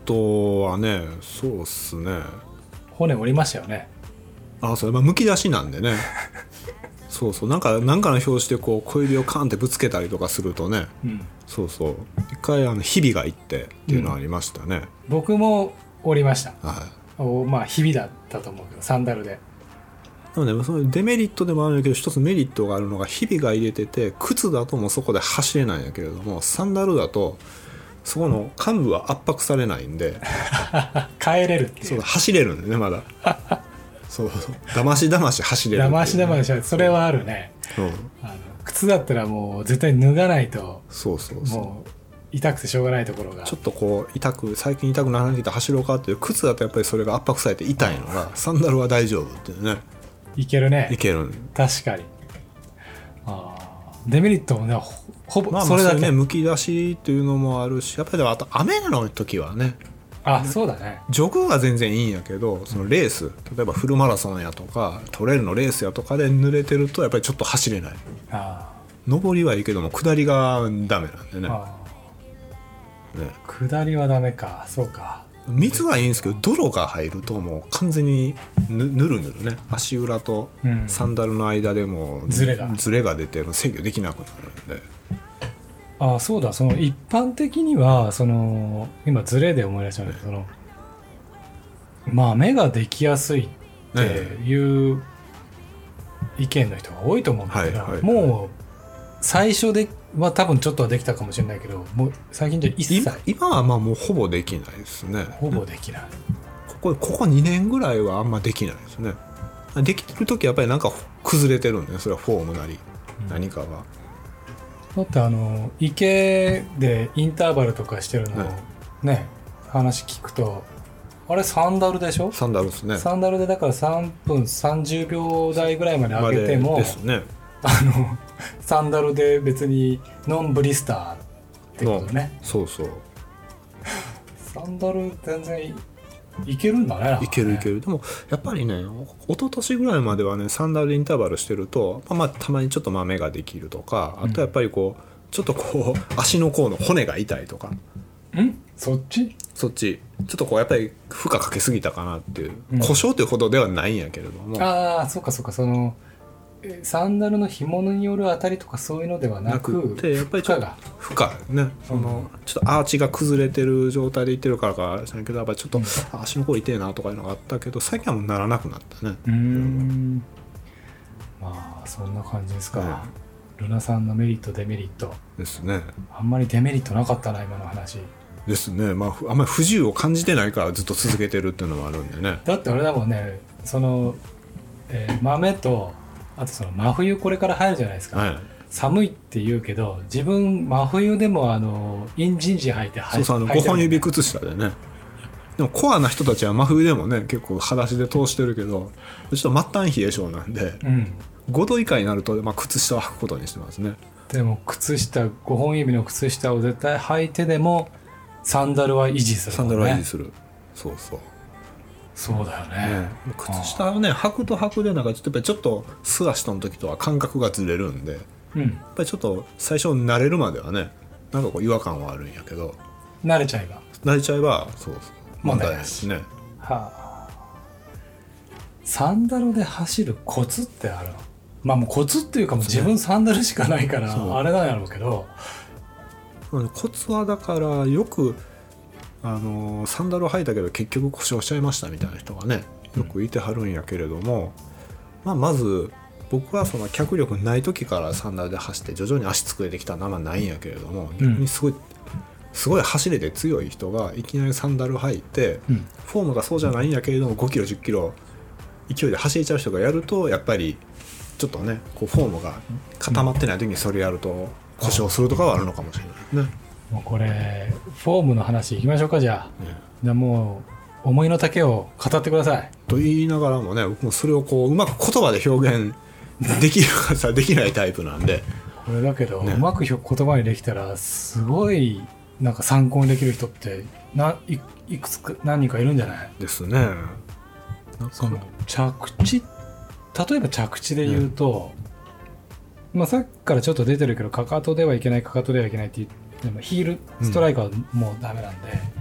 トはねそうっすね骨折りましたよね。 あそれまあむき出しなんでねそうそうなんかなんかの拍子でこう小指をカンってぶつけたりとかするとね、うん、そうそう一回あのひびがいってっていうのありましたね、 うん、僕も折りました、はい、おまあひびだったと思うけどサンダルで。 なのでそのデメリットでもあるんだけど一つメリットがあるのがひびが入れてて靴だともうそこで走れないんだけれどもサンダルだとそこの幹部は圧迫されないんで帰れるっていうそう走れるんでねまだそうそうだましだまし走れる、 ね、だましだましそれはあるね、うん、あの靴だったらもう絶対脱がないとそうそうそうもう痛くてしょうがないところがちょっとこう痛く最近痛くならなきゃ走ろうかっていう靴だとやっぱりそれが圧迫されて痛いのがサンダルは大丈夫っていうねいけるねいける確かにあデメリットもね ほ, ほぼそれだけ、まあ、ねむき出しっていうのもあるしやっぱりあと雨の時はねあそうだねジョグは全然いいんやけどそのレース、うん、例えばフルマラソンやとかトレイルのレースやとかで濡れてるとやっぱりちょっと走れないあ上りはいいけども下りがダメなんでねあね下りはダメかそうか水はいいんですけど泥が入るともう完全にぬぬるぬるね足裏とサンダルの間でもズレがズレが出て制御できなくなるんであそうだその一般的にはその今ズレで思い出したんだけど、ね、そのまあ目ができやすいっていう意見の人が多いと思うんだけど、はいはい、もう最初では多分ちょっとはできたかもしれないけどもう最近じゃ一切今, 今はまあもうほぼできないですねほぼできないここここにねんぐらいはあんまできないですねできてる時はやっぱりなんか崩れてるんでそれはフォームなり何かが、うん、 だってあの池でインターバルとかしてるのを、はい、ね話聞くとあれサンダルでしょサンダルですねサンダルでだからさんぷんさんじゅうびょう台ぐらいまで上げてもですねあのサンダルで別にノンブリスターってことねそうそうサンダル全然いけるんだねいけるいけるでもやっぱりね一昨年ぐらいまではねサンダルでインターバルしてると、まあ、まあたまにちょっと豆ができるとかあとやっぱりこう、うん、ちょっとこう足の甲の骨が痛いとかんそっちそっちちょっとこうやっぱり負荷かけすぎたかなっていう、うん、故障というほどではないんやけれどもああそうかそうかそのサンダルの紐による当たりとかそういうのではなくなくてやっぱりちょっと負荷ね、そのちょっとアーチが崩れてる状態でいってるからかじゃないけどやっぱりちょっと、うん、足の甲痛いなとかいうのがあったけど最近はもうならなくなったね。 うーんまあそんな感じですか、ね、ルナさんのメリットデメリットですね。 あんまりデメリットなかったな今の話ですね。まああんまり不自由を感じてないからずっと続けてるっていうのもあるんでねだってあれだもんねその、えー、豆とあとその真冬これから入るじゃないですか、はい、寒いって言うけど自分真冬でもあのインジンジ履いてそうそうあのごほん指靴下でねでもコアな人たちは真冬でもね結構裸足で通してるけどちょっと末端冷え性なんで、うん、ごど以下になると、まあ、靴下を履くことにしてますね。 でも靴下ごほん指の靴下を絶対履いてでもサンダルは維持する、ね、 サンダルは維持するそうそうそうだよ ね, ね靴下をね履くと履くでなんかちょっとやっぱりちょっと素足との時とは感覚がずれるんで、うん、やっぱりちょっと最初慣れるまではねなんかこう違和感はあるんやけど慣れちゃえば慣れちゃえばそう問題ないしね。 はあ、サンダルで走るコツってあるの？まあもうコツっていうかもう自分サンダルしかないからあれなんやろうけどコツはだからよくあのサンダルを履いたけど結局故障しちゃいましたみたいな人がねよくいてはるんやけれども、うんまあ、まず僕はその脚力ない時からサンダルで走って徐々に足作れてきたのはないんやけれども、逆にすごいすごい走れて強い人がいきなりサンダル履いて、うん、フォームがそうじゃないんやけれどもごキロじゅっキロ勢いで走れちゃう人がやるとやっぱりちょっとねこうフォームが固まってない時にそれやると故障するとかはあるのかもしれないね。 もうこれフォームの話いきましょうかじゃあ、ね、じゃあもう思いの丈を語ってくださいと言いながらもね僕もそれをこううまく言葉で表現できるかさできないタイプなんでこれだけど、ね、うまく言葉にできたらすごいなんか参考にできる人ってないいくつか何人かいるんじゃないですね。 なんかその着地例えば着地で言うと、ねまあ、さっきからちょっと出てるけどかかとではいけないかかとではいけないって言ってヒールストライクはもうダメなんで、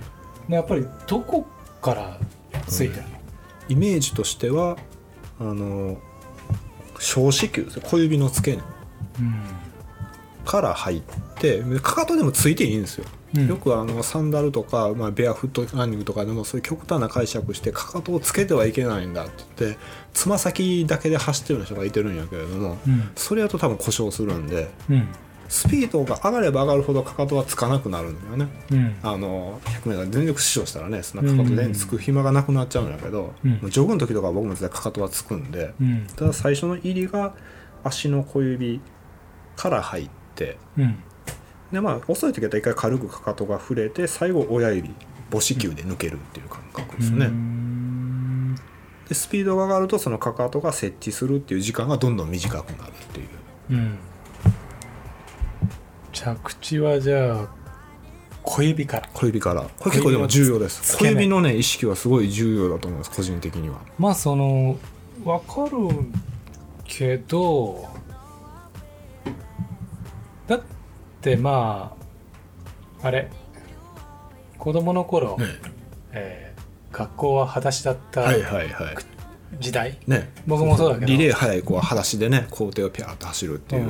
やっぱりどこからついてるの、 うん、イメージとしてはあの小指球ですよ、小指の付け根、うん、から入ってかかとでもついていいんですよ、うん、よくあのサンダルとか、まあ、ベアフットランニングとかでもそういう極端な解釈してかかとをつけてはいけないんだって言ってつま先だけで走ってるような人がいてるんやけれども、うん、それだと多分故障するんで、うん、スピードが上がれば上がるほどかかとはつかなくなるんだよね、うん、あの ひゃくメートル 全力疾走したらねそんなかかとでつく暇がなくなっちゃうんだけど、うん、もうジョグの時とか僕も絶対かかとはつくんで、うん、ただ最初の入りが足の小指から入って、うん、でまあ遅い時は一回軽くかかとが触れて最後親指母指球で抜けるっていう感覚ですね、うん、でスピードが上がるとそのかかとが接地するっていう時間がどんどん短くなるっていう、うん、 着地はじゃあ小指から小指からこれ結構でも重要です。小指のね意識はすごい重要だと思います個人的には。 まあその分かるけどだってまああれ子供の頃、ねえー、学校は裸足だった時代、はいはいはいね、僕もそうだけどリレー速い子は裸足でね校庭をピャーッと走るっていう、うん、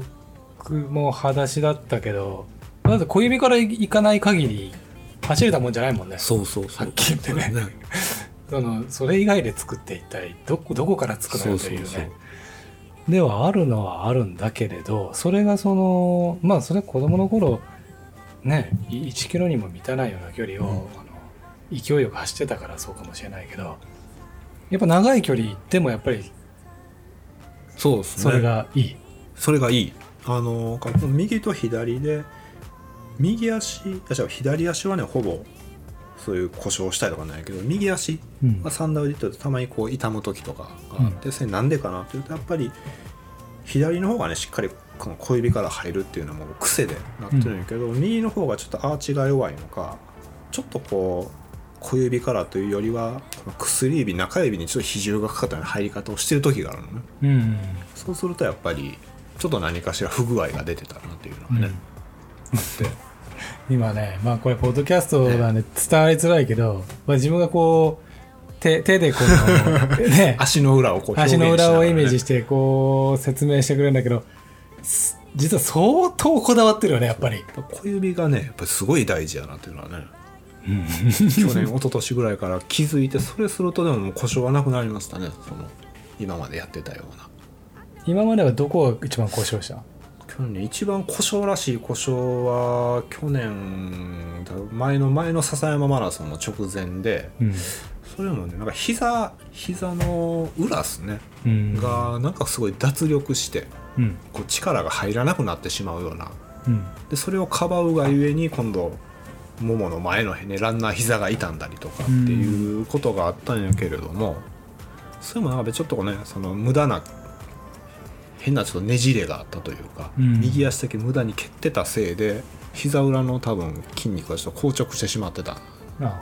僕も裸足だったけどだって小指からいかない限り走れたもんじゃないもんね。 そうそうそうはっきり言ってねそのそれ以外で作って一体どこどこから作るのというねそうそうそうではあるのはあるんだけれどそれがそのまあそれ子供の頃ねいちキロにも満たないような距離を、うん、あの勢いよく走ってたからそうかもしれないけどやっぱ長い距離行ってもやっぱりそうですねそれがいいそれがいいあの右と左で右足左足はねほぼそういう故障したりとかないけど右足がサンダルでいったらたまにこう痛む時とかがあって、うん、それなんでかなっていうとやっぱり左の方がねしっかりこの小指から入るっていうのはもう癖でなってるんやけど、うん、右の方がちょっとアーチが弱いのかちょっとこう小指からというよりは薬指中指にちょっと比重がかかったような入り方をしてる時があるのね、うん、そうするとやっぱりちょっと何かしら不具合が出てたなっていうのがね、うん、あって今ねまあこれポッドキャストなんで伝わりづらいけど、まあ、自分がこう 手, 手でこう、ね、 足の裏をこう表現しながら、ね、足の裏をイメージしてこう説明してくれるんだけど実は相当こだわってるよねやっぱり小指がねやっぱりすごい大事やなっていうのはね去年一昨年ぐらいから気づいてそれするとでももう故障はなくなりましたねその今までやってたような。 今まではどこが一番故障した？ 去年一番故障らしい故障は去年前の前の笹山マラソンの直前で、うん、それもねなんか膝膝の裏っすね、うん、がなんかすごい脱力して、うん、こう力が入らなくなってしまうような、うん、でそれをかばうがゆえに今度ももの前のねランナー膝が痛んだりとかっていうことがあったんやけれども、それもなんかちょっとこうねその無駄な変なちょっとねじれがあったというか、うん、右足だけ無駄に蹴ってたせいで膝裏の多分筋肉がちょっと硬直してしまってた。ああ、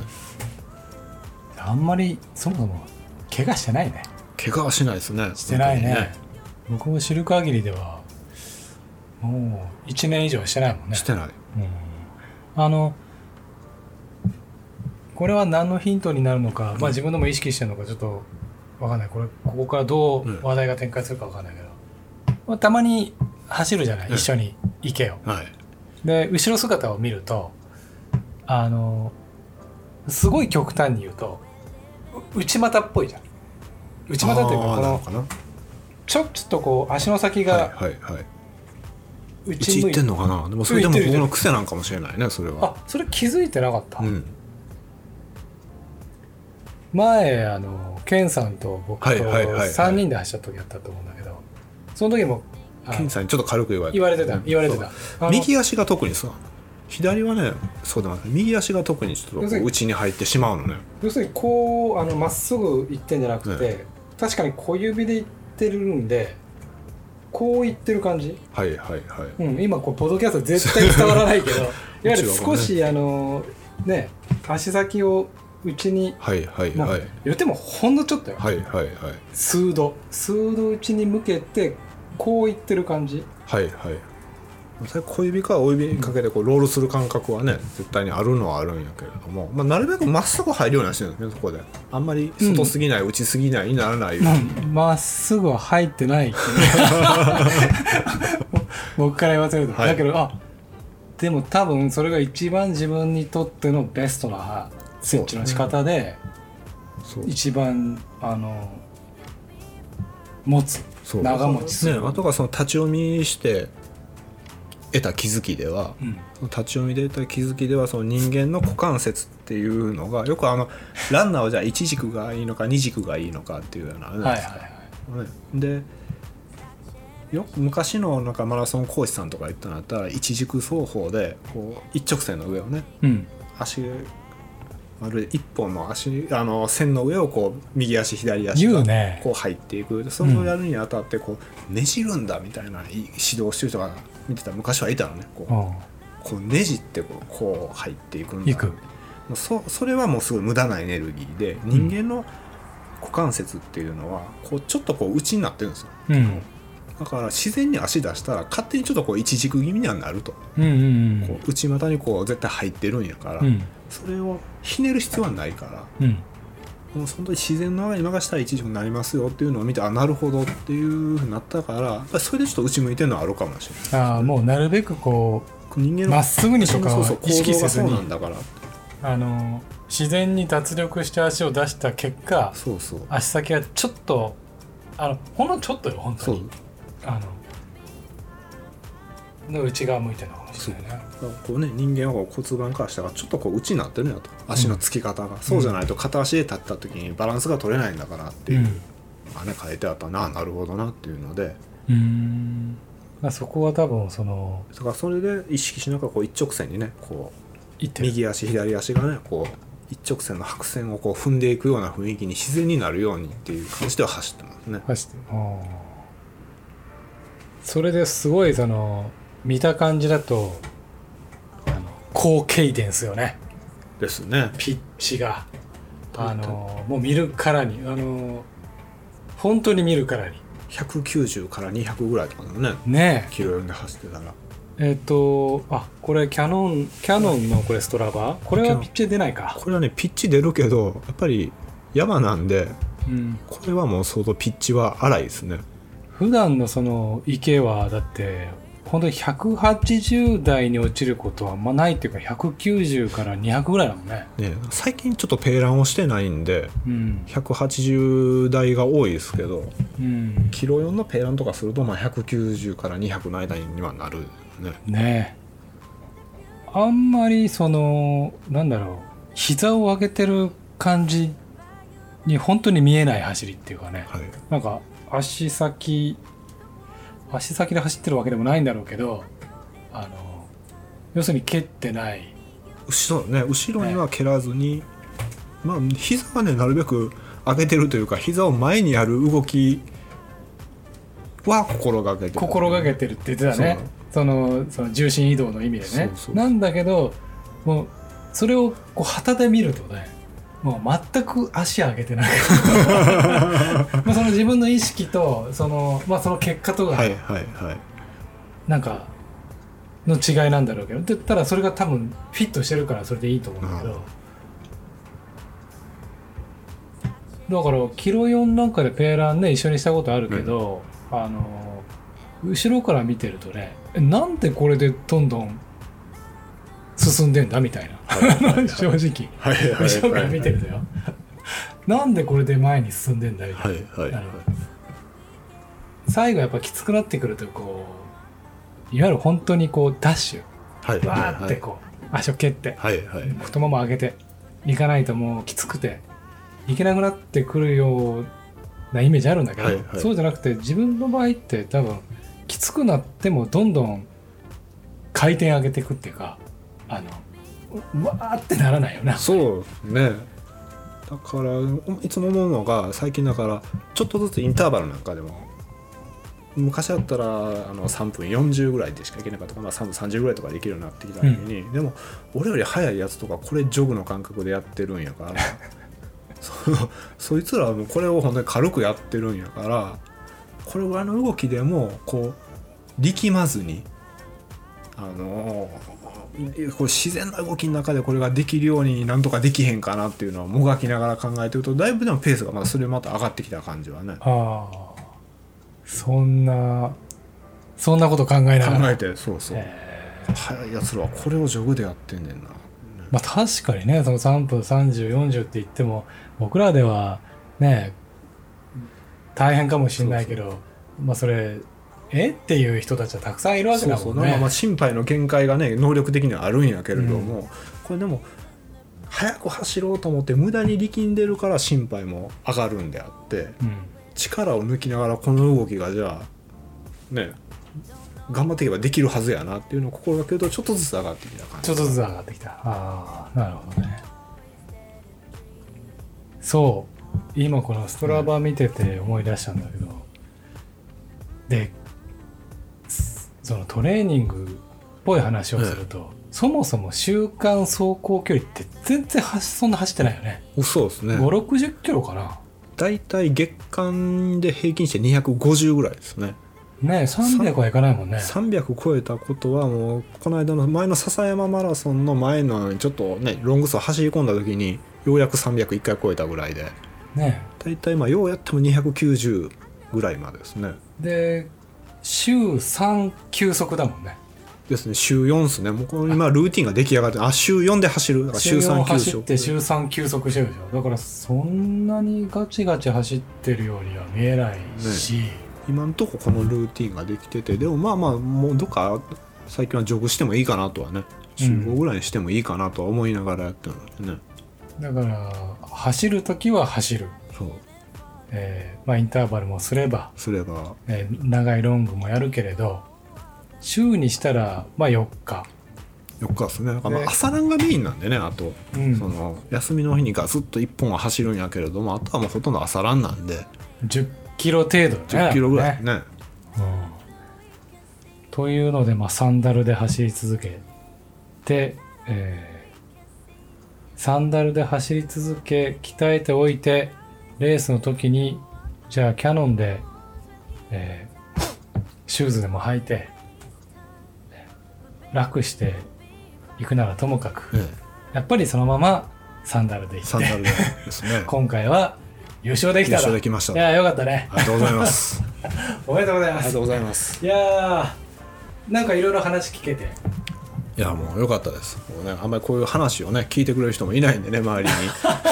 うん、あんまりそもそも怪我してないね。 怪我はしないですね。 してないね。ね僕も知る限りではもういちねん以上してないもんね。 してない、 うん、あのこれは何のヒントになるのか、うんまあ、自分でも意識してるのかちょっと分かんない。これここからどう話題が展開するか分かんないけど、うんまあ、たまに走るじゃない、うん、一緒に行けよ、はい、で後ろ姿を見るとあのすごい極端に言うと内股っぽいじゃん。内股っていうかこのちょっとこう足の先が、はいはいはい、 内行ってんのかな。でもそれでも僕の癖なんかもしれないねそれは。 あそれ気づいてなかった、うん、前あのケンさんと僕とさんにんで走った時やったと思うんだけど、その時もケンさんにちょっと軽く言われて言われてた言われてた。 右足が特にさ左はねそうだな右足が特にちょっと内に入ってしまうのね。 要するにこうあのまっすぐ行ってんじゃなくて、ね、確かに小指で行ってるんでこう行ってる感じ。 はいはいはい、 うん、今こうポッドキャスト絶対伝わらないけどいわゆる少し、ね、あのね足先を内に、 はいはいはい、 言ってもほんのちょっとよ、 はいはいはい、 数度数度内に向けてこういってる感じ。 はいはい。 小指から親指にかけてこうロールする感覚はね絶対にあるのはあるんやけれども、まあ、なるべくまっすぐ入るようにしてるんですねそこで。あんまり外すぎない、うん、内すぎないにならないように。 まっすぐは入ってない僕から言わせると、はい、だけどあでも多分それが一番自分にとってのベストな設置の仕方で、一番あの持つ長持ちする、 ね、あとはその立ち読みして得た気づきでは、うん、立ち読みで得た気づきではその人間の股関節っていうのがよくあのランナーはじゃあ一軸がいいのか二軸がいいのかっていうようなね、はいはいはい、でよ昔のなんかマラソン講師さんとか言ったのだったら一軸走法でこう一直線の上をね、うん、足丸い一本の足あの線の上をこう右足左足がこう入っていく、ね、それをやるにあたってこうねじるんだみたいな指導してる人が見てた昔はいたのね。こう、こうねじってこう、こう入っていくんだ。いく。そ、それはもうすごい無駄なエネルギーで、人間の股関節っていうのはこうちょっとこう内になってるんですよ、うん、だから自然に足出したら勝手にちょっとこう一軸気味にはなると、うんうんうん、こう内股にこう絶対入ってるんやから、うん、それをひねる必要はないから、うん、もう本当に自然の流れに任せたら一軸になりますよっていうのを見て、あなるほどっていうふうになったから、それでちょっと内向いてるのはあるかもしれない。 あもうなるべくこう人間のまっすぐにとかは意識せずに、 そうなんだからあの自然に脱力して足を出した結果、そうそう足先はちょっとあのほんのちょっとよ本当にあのの内側向いてるのかもしれないね。 こうね人間はこう骨盤から下がちょっとこう内になってるんやと、足のつき方が、うん、そうじゃないと片足で立った時にバランスが取れないんだからっていう、うん、まあね書いてあったな、なるほどなっていうので、うーん、まあ、そこは多分そのだからそれで意識しながらこう一直線にねこう右足左足がねこう一直線の白線をこう踏んでいくような雰囲気に自然になるようにっていう感じでは走ってますね。 走ってあそれですごいその見た感じだとあの高ケイデンスよね。 ですね。 ピッチがあのもう見るからにあの本当に見るからにひゃくきゅうじゅうからにひゃくぐらいとかだね。 ねキロよんで走ってたら。 えっ、ー、とあこれキャノンキャノンのこれストラバこれはピッチ出ないか。 これはねピッチ出るけどやっぱり山なんで、うん、これはもう相当ピッチは荒いですね。 普段のその池はだって本当にひゃくはちじゅう台に落ちることはあんまないっていうかひゃくきゅうじゅうからにひゃくぐらいだもんね。 ね最近ちょっとペーランをしてないんで、うん、ひゃくはちじゅう台が多いですけど、うん、キロよんのペーランとかするとまあひゃくきゅうじゅうからにひゃくの間にはなるね。 ねあんまりそのなんだろう膝を上げてる感じに本当に見えない走りっていうかね、はい、なんか足先足先で走ってるわけでもないんだろうけどあの要するに蹴ってない後ろね後ろには蹴らずに、ね、まあ膝はねなるべく上げてるというか膝を前にやる動きは心がけてる、ね、 心がけてるって言ってたね。その、その重心移動の意味でね。そうそうなんだけどもうそれをこう旗で見るとねもう全く足上げてないまあその自分の意識とその、まあ、その結果とか、はいはいはい、なんかの違いなんだろうけどでただそれが多分フィットしてるからそれでいいと思うんだけど、うん、だからキロよんなんかでペーランね一緒にしたことあるけど、うん、あの後ろから見てるとねなんでこれでどんどん進んでんだみたいな、はい、正直、はいはいはい、後ろから見てるとよなんでこれで前に進んでんだみたいな、はいはいはい、最後やっぱきつくなってくるとこういわゆる本当にこうダッシュ、はい、わーってこう、はい、足を蹴って、はいはい、太もも上げていかないともうきつくていけなくなってくるようなイメージあるんだけど、はいはい、そうじゃなくて自分の場合って多分きつくなってもどんどん回転上げていくっていうかあのわーってならないよな。 そうね。だからいつも思うのが最近だからちょっとずつインターバルなんかでも昔だったらあのさんぷんよんじゅうぐらいでしかいけなかったかな、さんぷんさんじゅうぐらいとかできるようになってきた時に、うん、でも俺より速いやつとかこれジョグの感覚でやってるんやからそ, そいつらはもうこれを本当に軽くやってるんやからこれぐらいの動きでもこう力まずにのー、これ自然な動きの中でこれができるようになんとかできへんかなっていうのはもがきながら考えてるとだいぶでもペースがまだそれまた上がってきた感じはね。 ああ、そんなそんなこと考えながら考えて、そうそう、速いやつらはこれをジョグでやってんねんな。 まあ確かにね、そのさんぷんさんじゅう、よんじゅうって言っても僕らではね大変かもしれないけど、そうそう、まあそれえっていう人たちはたくさんいるわけだもんね。そうそう、 まあ心肺の限界がね能力的にはあるんやけれども、うん、これでも速く走ろうと思って無駄に力んでるから心肺も上がるんであって、うん、力を抜きながらこの動きがじゃあね頑張っていけばできるはずやなっていうのを心がけるとちょっとずつ上がってきた感じ。 ちょっとずつ上がってきた。ああ、なるほどね。そう今このストラバ見てて思い出したんだけど、うん、でそのトレーニングっぽい話をすると、うん、そもそも週間走行距離って全然そんな走ってないよね。 そうですね。 ごじゅう、ろくじゅっキロかな。 だいたい月間で平均してにひゃくごじゅうぐらいですね。 ねえ、さんびゃくはいかないもんね。 さんびゃく超えたことはもうこの間の前の笹山マラソンの前のちょっとねロング走走り込んだ時にようやくさんびゃくいっかい超えたぐらいで、ね、だいたいまあようやってもにひゃくきゅうじゅうぐらいまでですね。 で週さん休息だもんね。 ですね、週よんですね。もうこの今ルーティンが出来上がって、あ週よんで走る、だから週さん休息。 週よん走って週さん休息してるでしょ。だからそんなにガチガチ走ってるようには見えないし、ね、 今のとここのルーティンができてて、でもまあまあもうどっか最近はジョグしてもいいかなとはね、週ごぐらいにしてもいいかなとは思いながらやってるんですね、 うん、だから走るときは走る、そう、えーまあ、インターバルもすればすれば、 えー、長いロングもやるけれど週にしたらまあよっかよっかですね。だからまあ朝ランがメインなんでね、あと、うん、その休みの日にガツッといっぽんは走るんやけれども、あとはもうほとんど朝ランなんでじゅっキロ程度ね。 じゅっキロぐらいね、うん、 というので、まあ、サンダルで走り続けて、えー、サンダルで走り続け鍛えておいてレースの時にじゃあキヤノンで、えー、シューズでも履いて楽していくならともかく、ええ、やっぱりそのままサンダルで行ってサンダルですね今回は優勝できた。 優勝できました。 いやよかったね。 ありがとうございますおめでとうございます。 ありがとうございます。 いやなんかいろいろ話聞けて、 いやもうよかったです。もう、ね、あんまりこういう話をね聞いてくれる人もいないんでね、周りに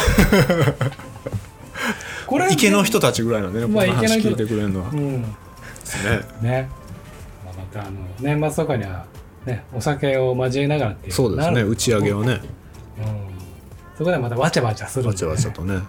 これ池の人たちぐらいなんでね、まあ、この話聞いてくれるのは、うん、ですね。 ね、まあ、またあの年末とかにはねお酒を交えながらっていう、 そうですね、打ち上げをね、うん、 そこでまたわちゃわちゃするんで、ね、 わちゃわちゃとね。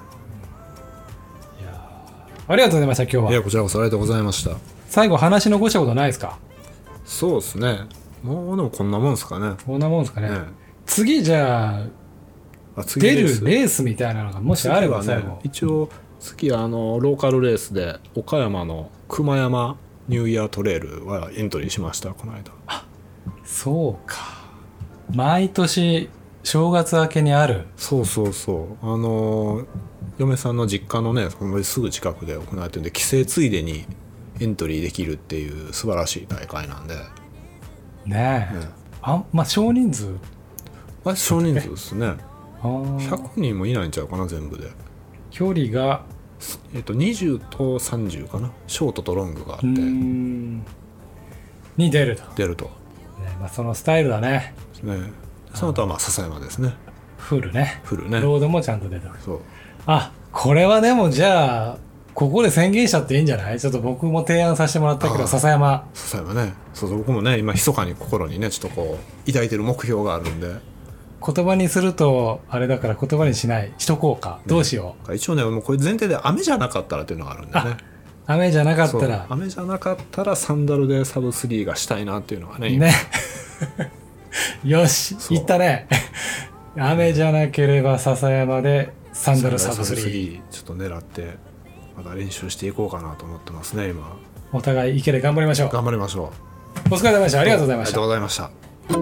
ありがとうございました。今日は。 いやこちらこそありがとうございました。 最後話残したことないですか？ そうですね、もうでもこんなもんですかね。 こんなもんですかね、ね。次じゃあ、あ次出るレースみたいなのがもしあれば最後、ね、 一応次はあのローカルレースで岡山の熊山ニューイヤートレイルはエントリーしました、この間。 あ、そうか、毎年正月明けにある。 そうそうそう、あの嫁さんの実家のねすぐ近くで行われてるんで、帰省ついでにエントリーできるっていう素晴らしい大会なんでねえ、ね、あまあ少人数あ少人数ですね。ひゃくにんもいないんちゃうかな全部で。 距離がえっとにじゅうとさんじゅうかな、ショートとロングがあってに出ると出ると、 ね、まあ、そのスタイルだね。 ね、その後はまあ笹山ですね。 フルね、 フルね、 ロードもちゃんと出た。 そう、 あ、これはでもじゃあここで宣言しちゃっていいんじゃない？ちょっと僕も提案させてもらったけど、笹山笹山ね、そうそう、僕もね今密かに心にねちょっとこう抱いてる目標があるんで、 言葉にするとあれだから言葉にしないしとこうか、ね、どうしよう。 一応ねもうこれ前提で雨じゃなかったらっていうのがあるんでね。 雨じゃなかったら雨じゃなかったらサンダルでサブスリーがしたいなっていうのがねねよし言ったね雨じゃなければ笹山でサンダルサブスリーちょっと狙ってまた練習していこうかなと思ってますね今。 お互い池で頑張りましょう。 頑張りましょう。お疲れ様でした。ありがとうございました。 ありがとうございました。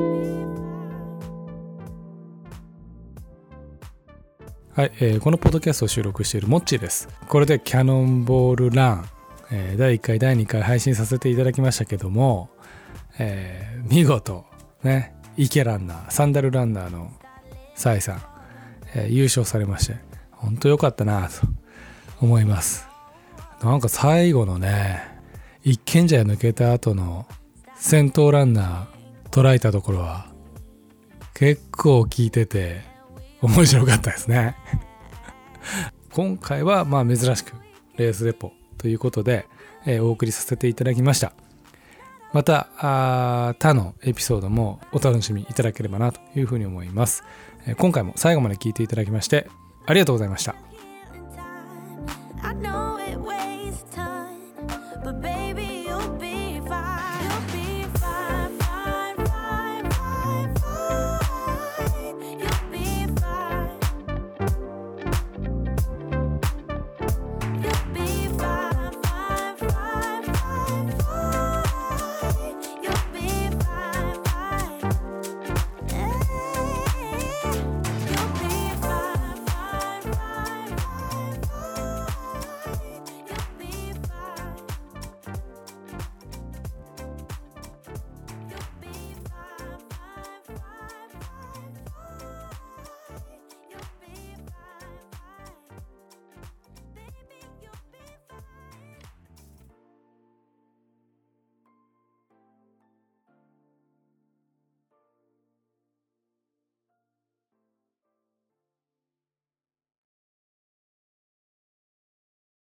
はい、えー、このポッドキャストを収録しているモッチーです。これでキャノンボールラン、えー、だいいっかいだいにかい配信させていただきましたけども、えー、見事ね、池ランナーサンダルランナーのサイさん、えー、優勝されまして本当良かったなと思います。なんか最後のね一軒茶屋抜けた後の先頭ランナー捉えたところは結構効いてて面白かったですね今回はまあ珍しくレースレポということで、えー、お送りさせていただきました。またあ他のエピソードもお楽しみいただければなというふうに思います。えー、今回も最後まで聞いていただきましてありがとうございました。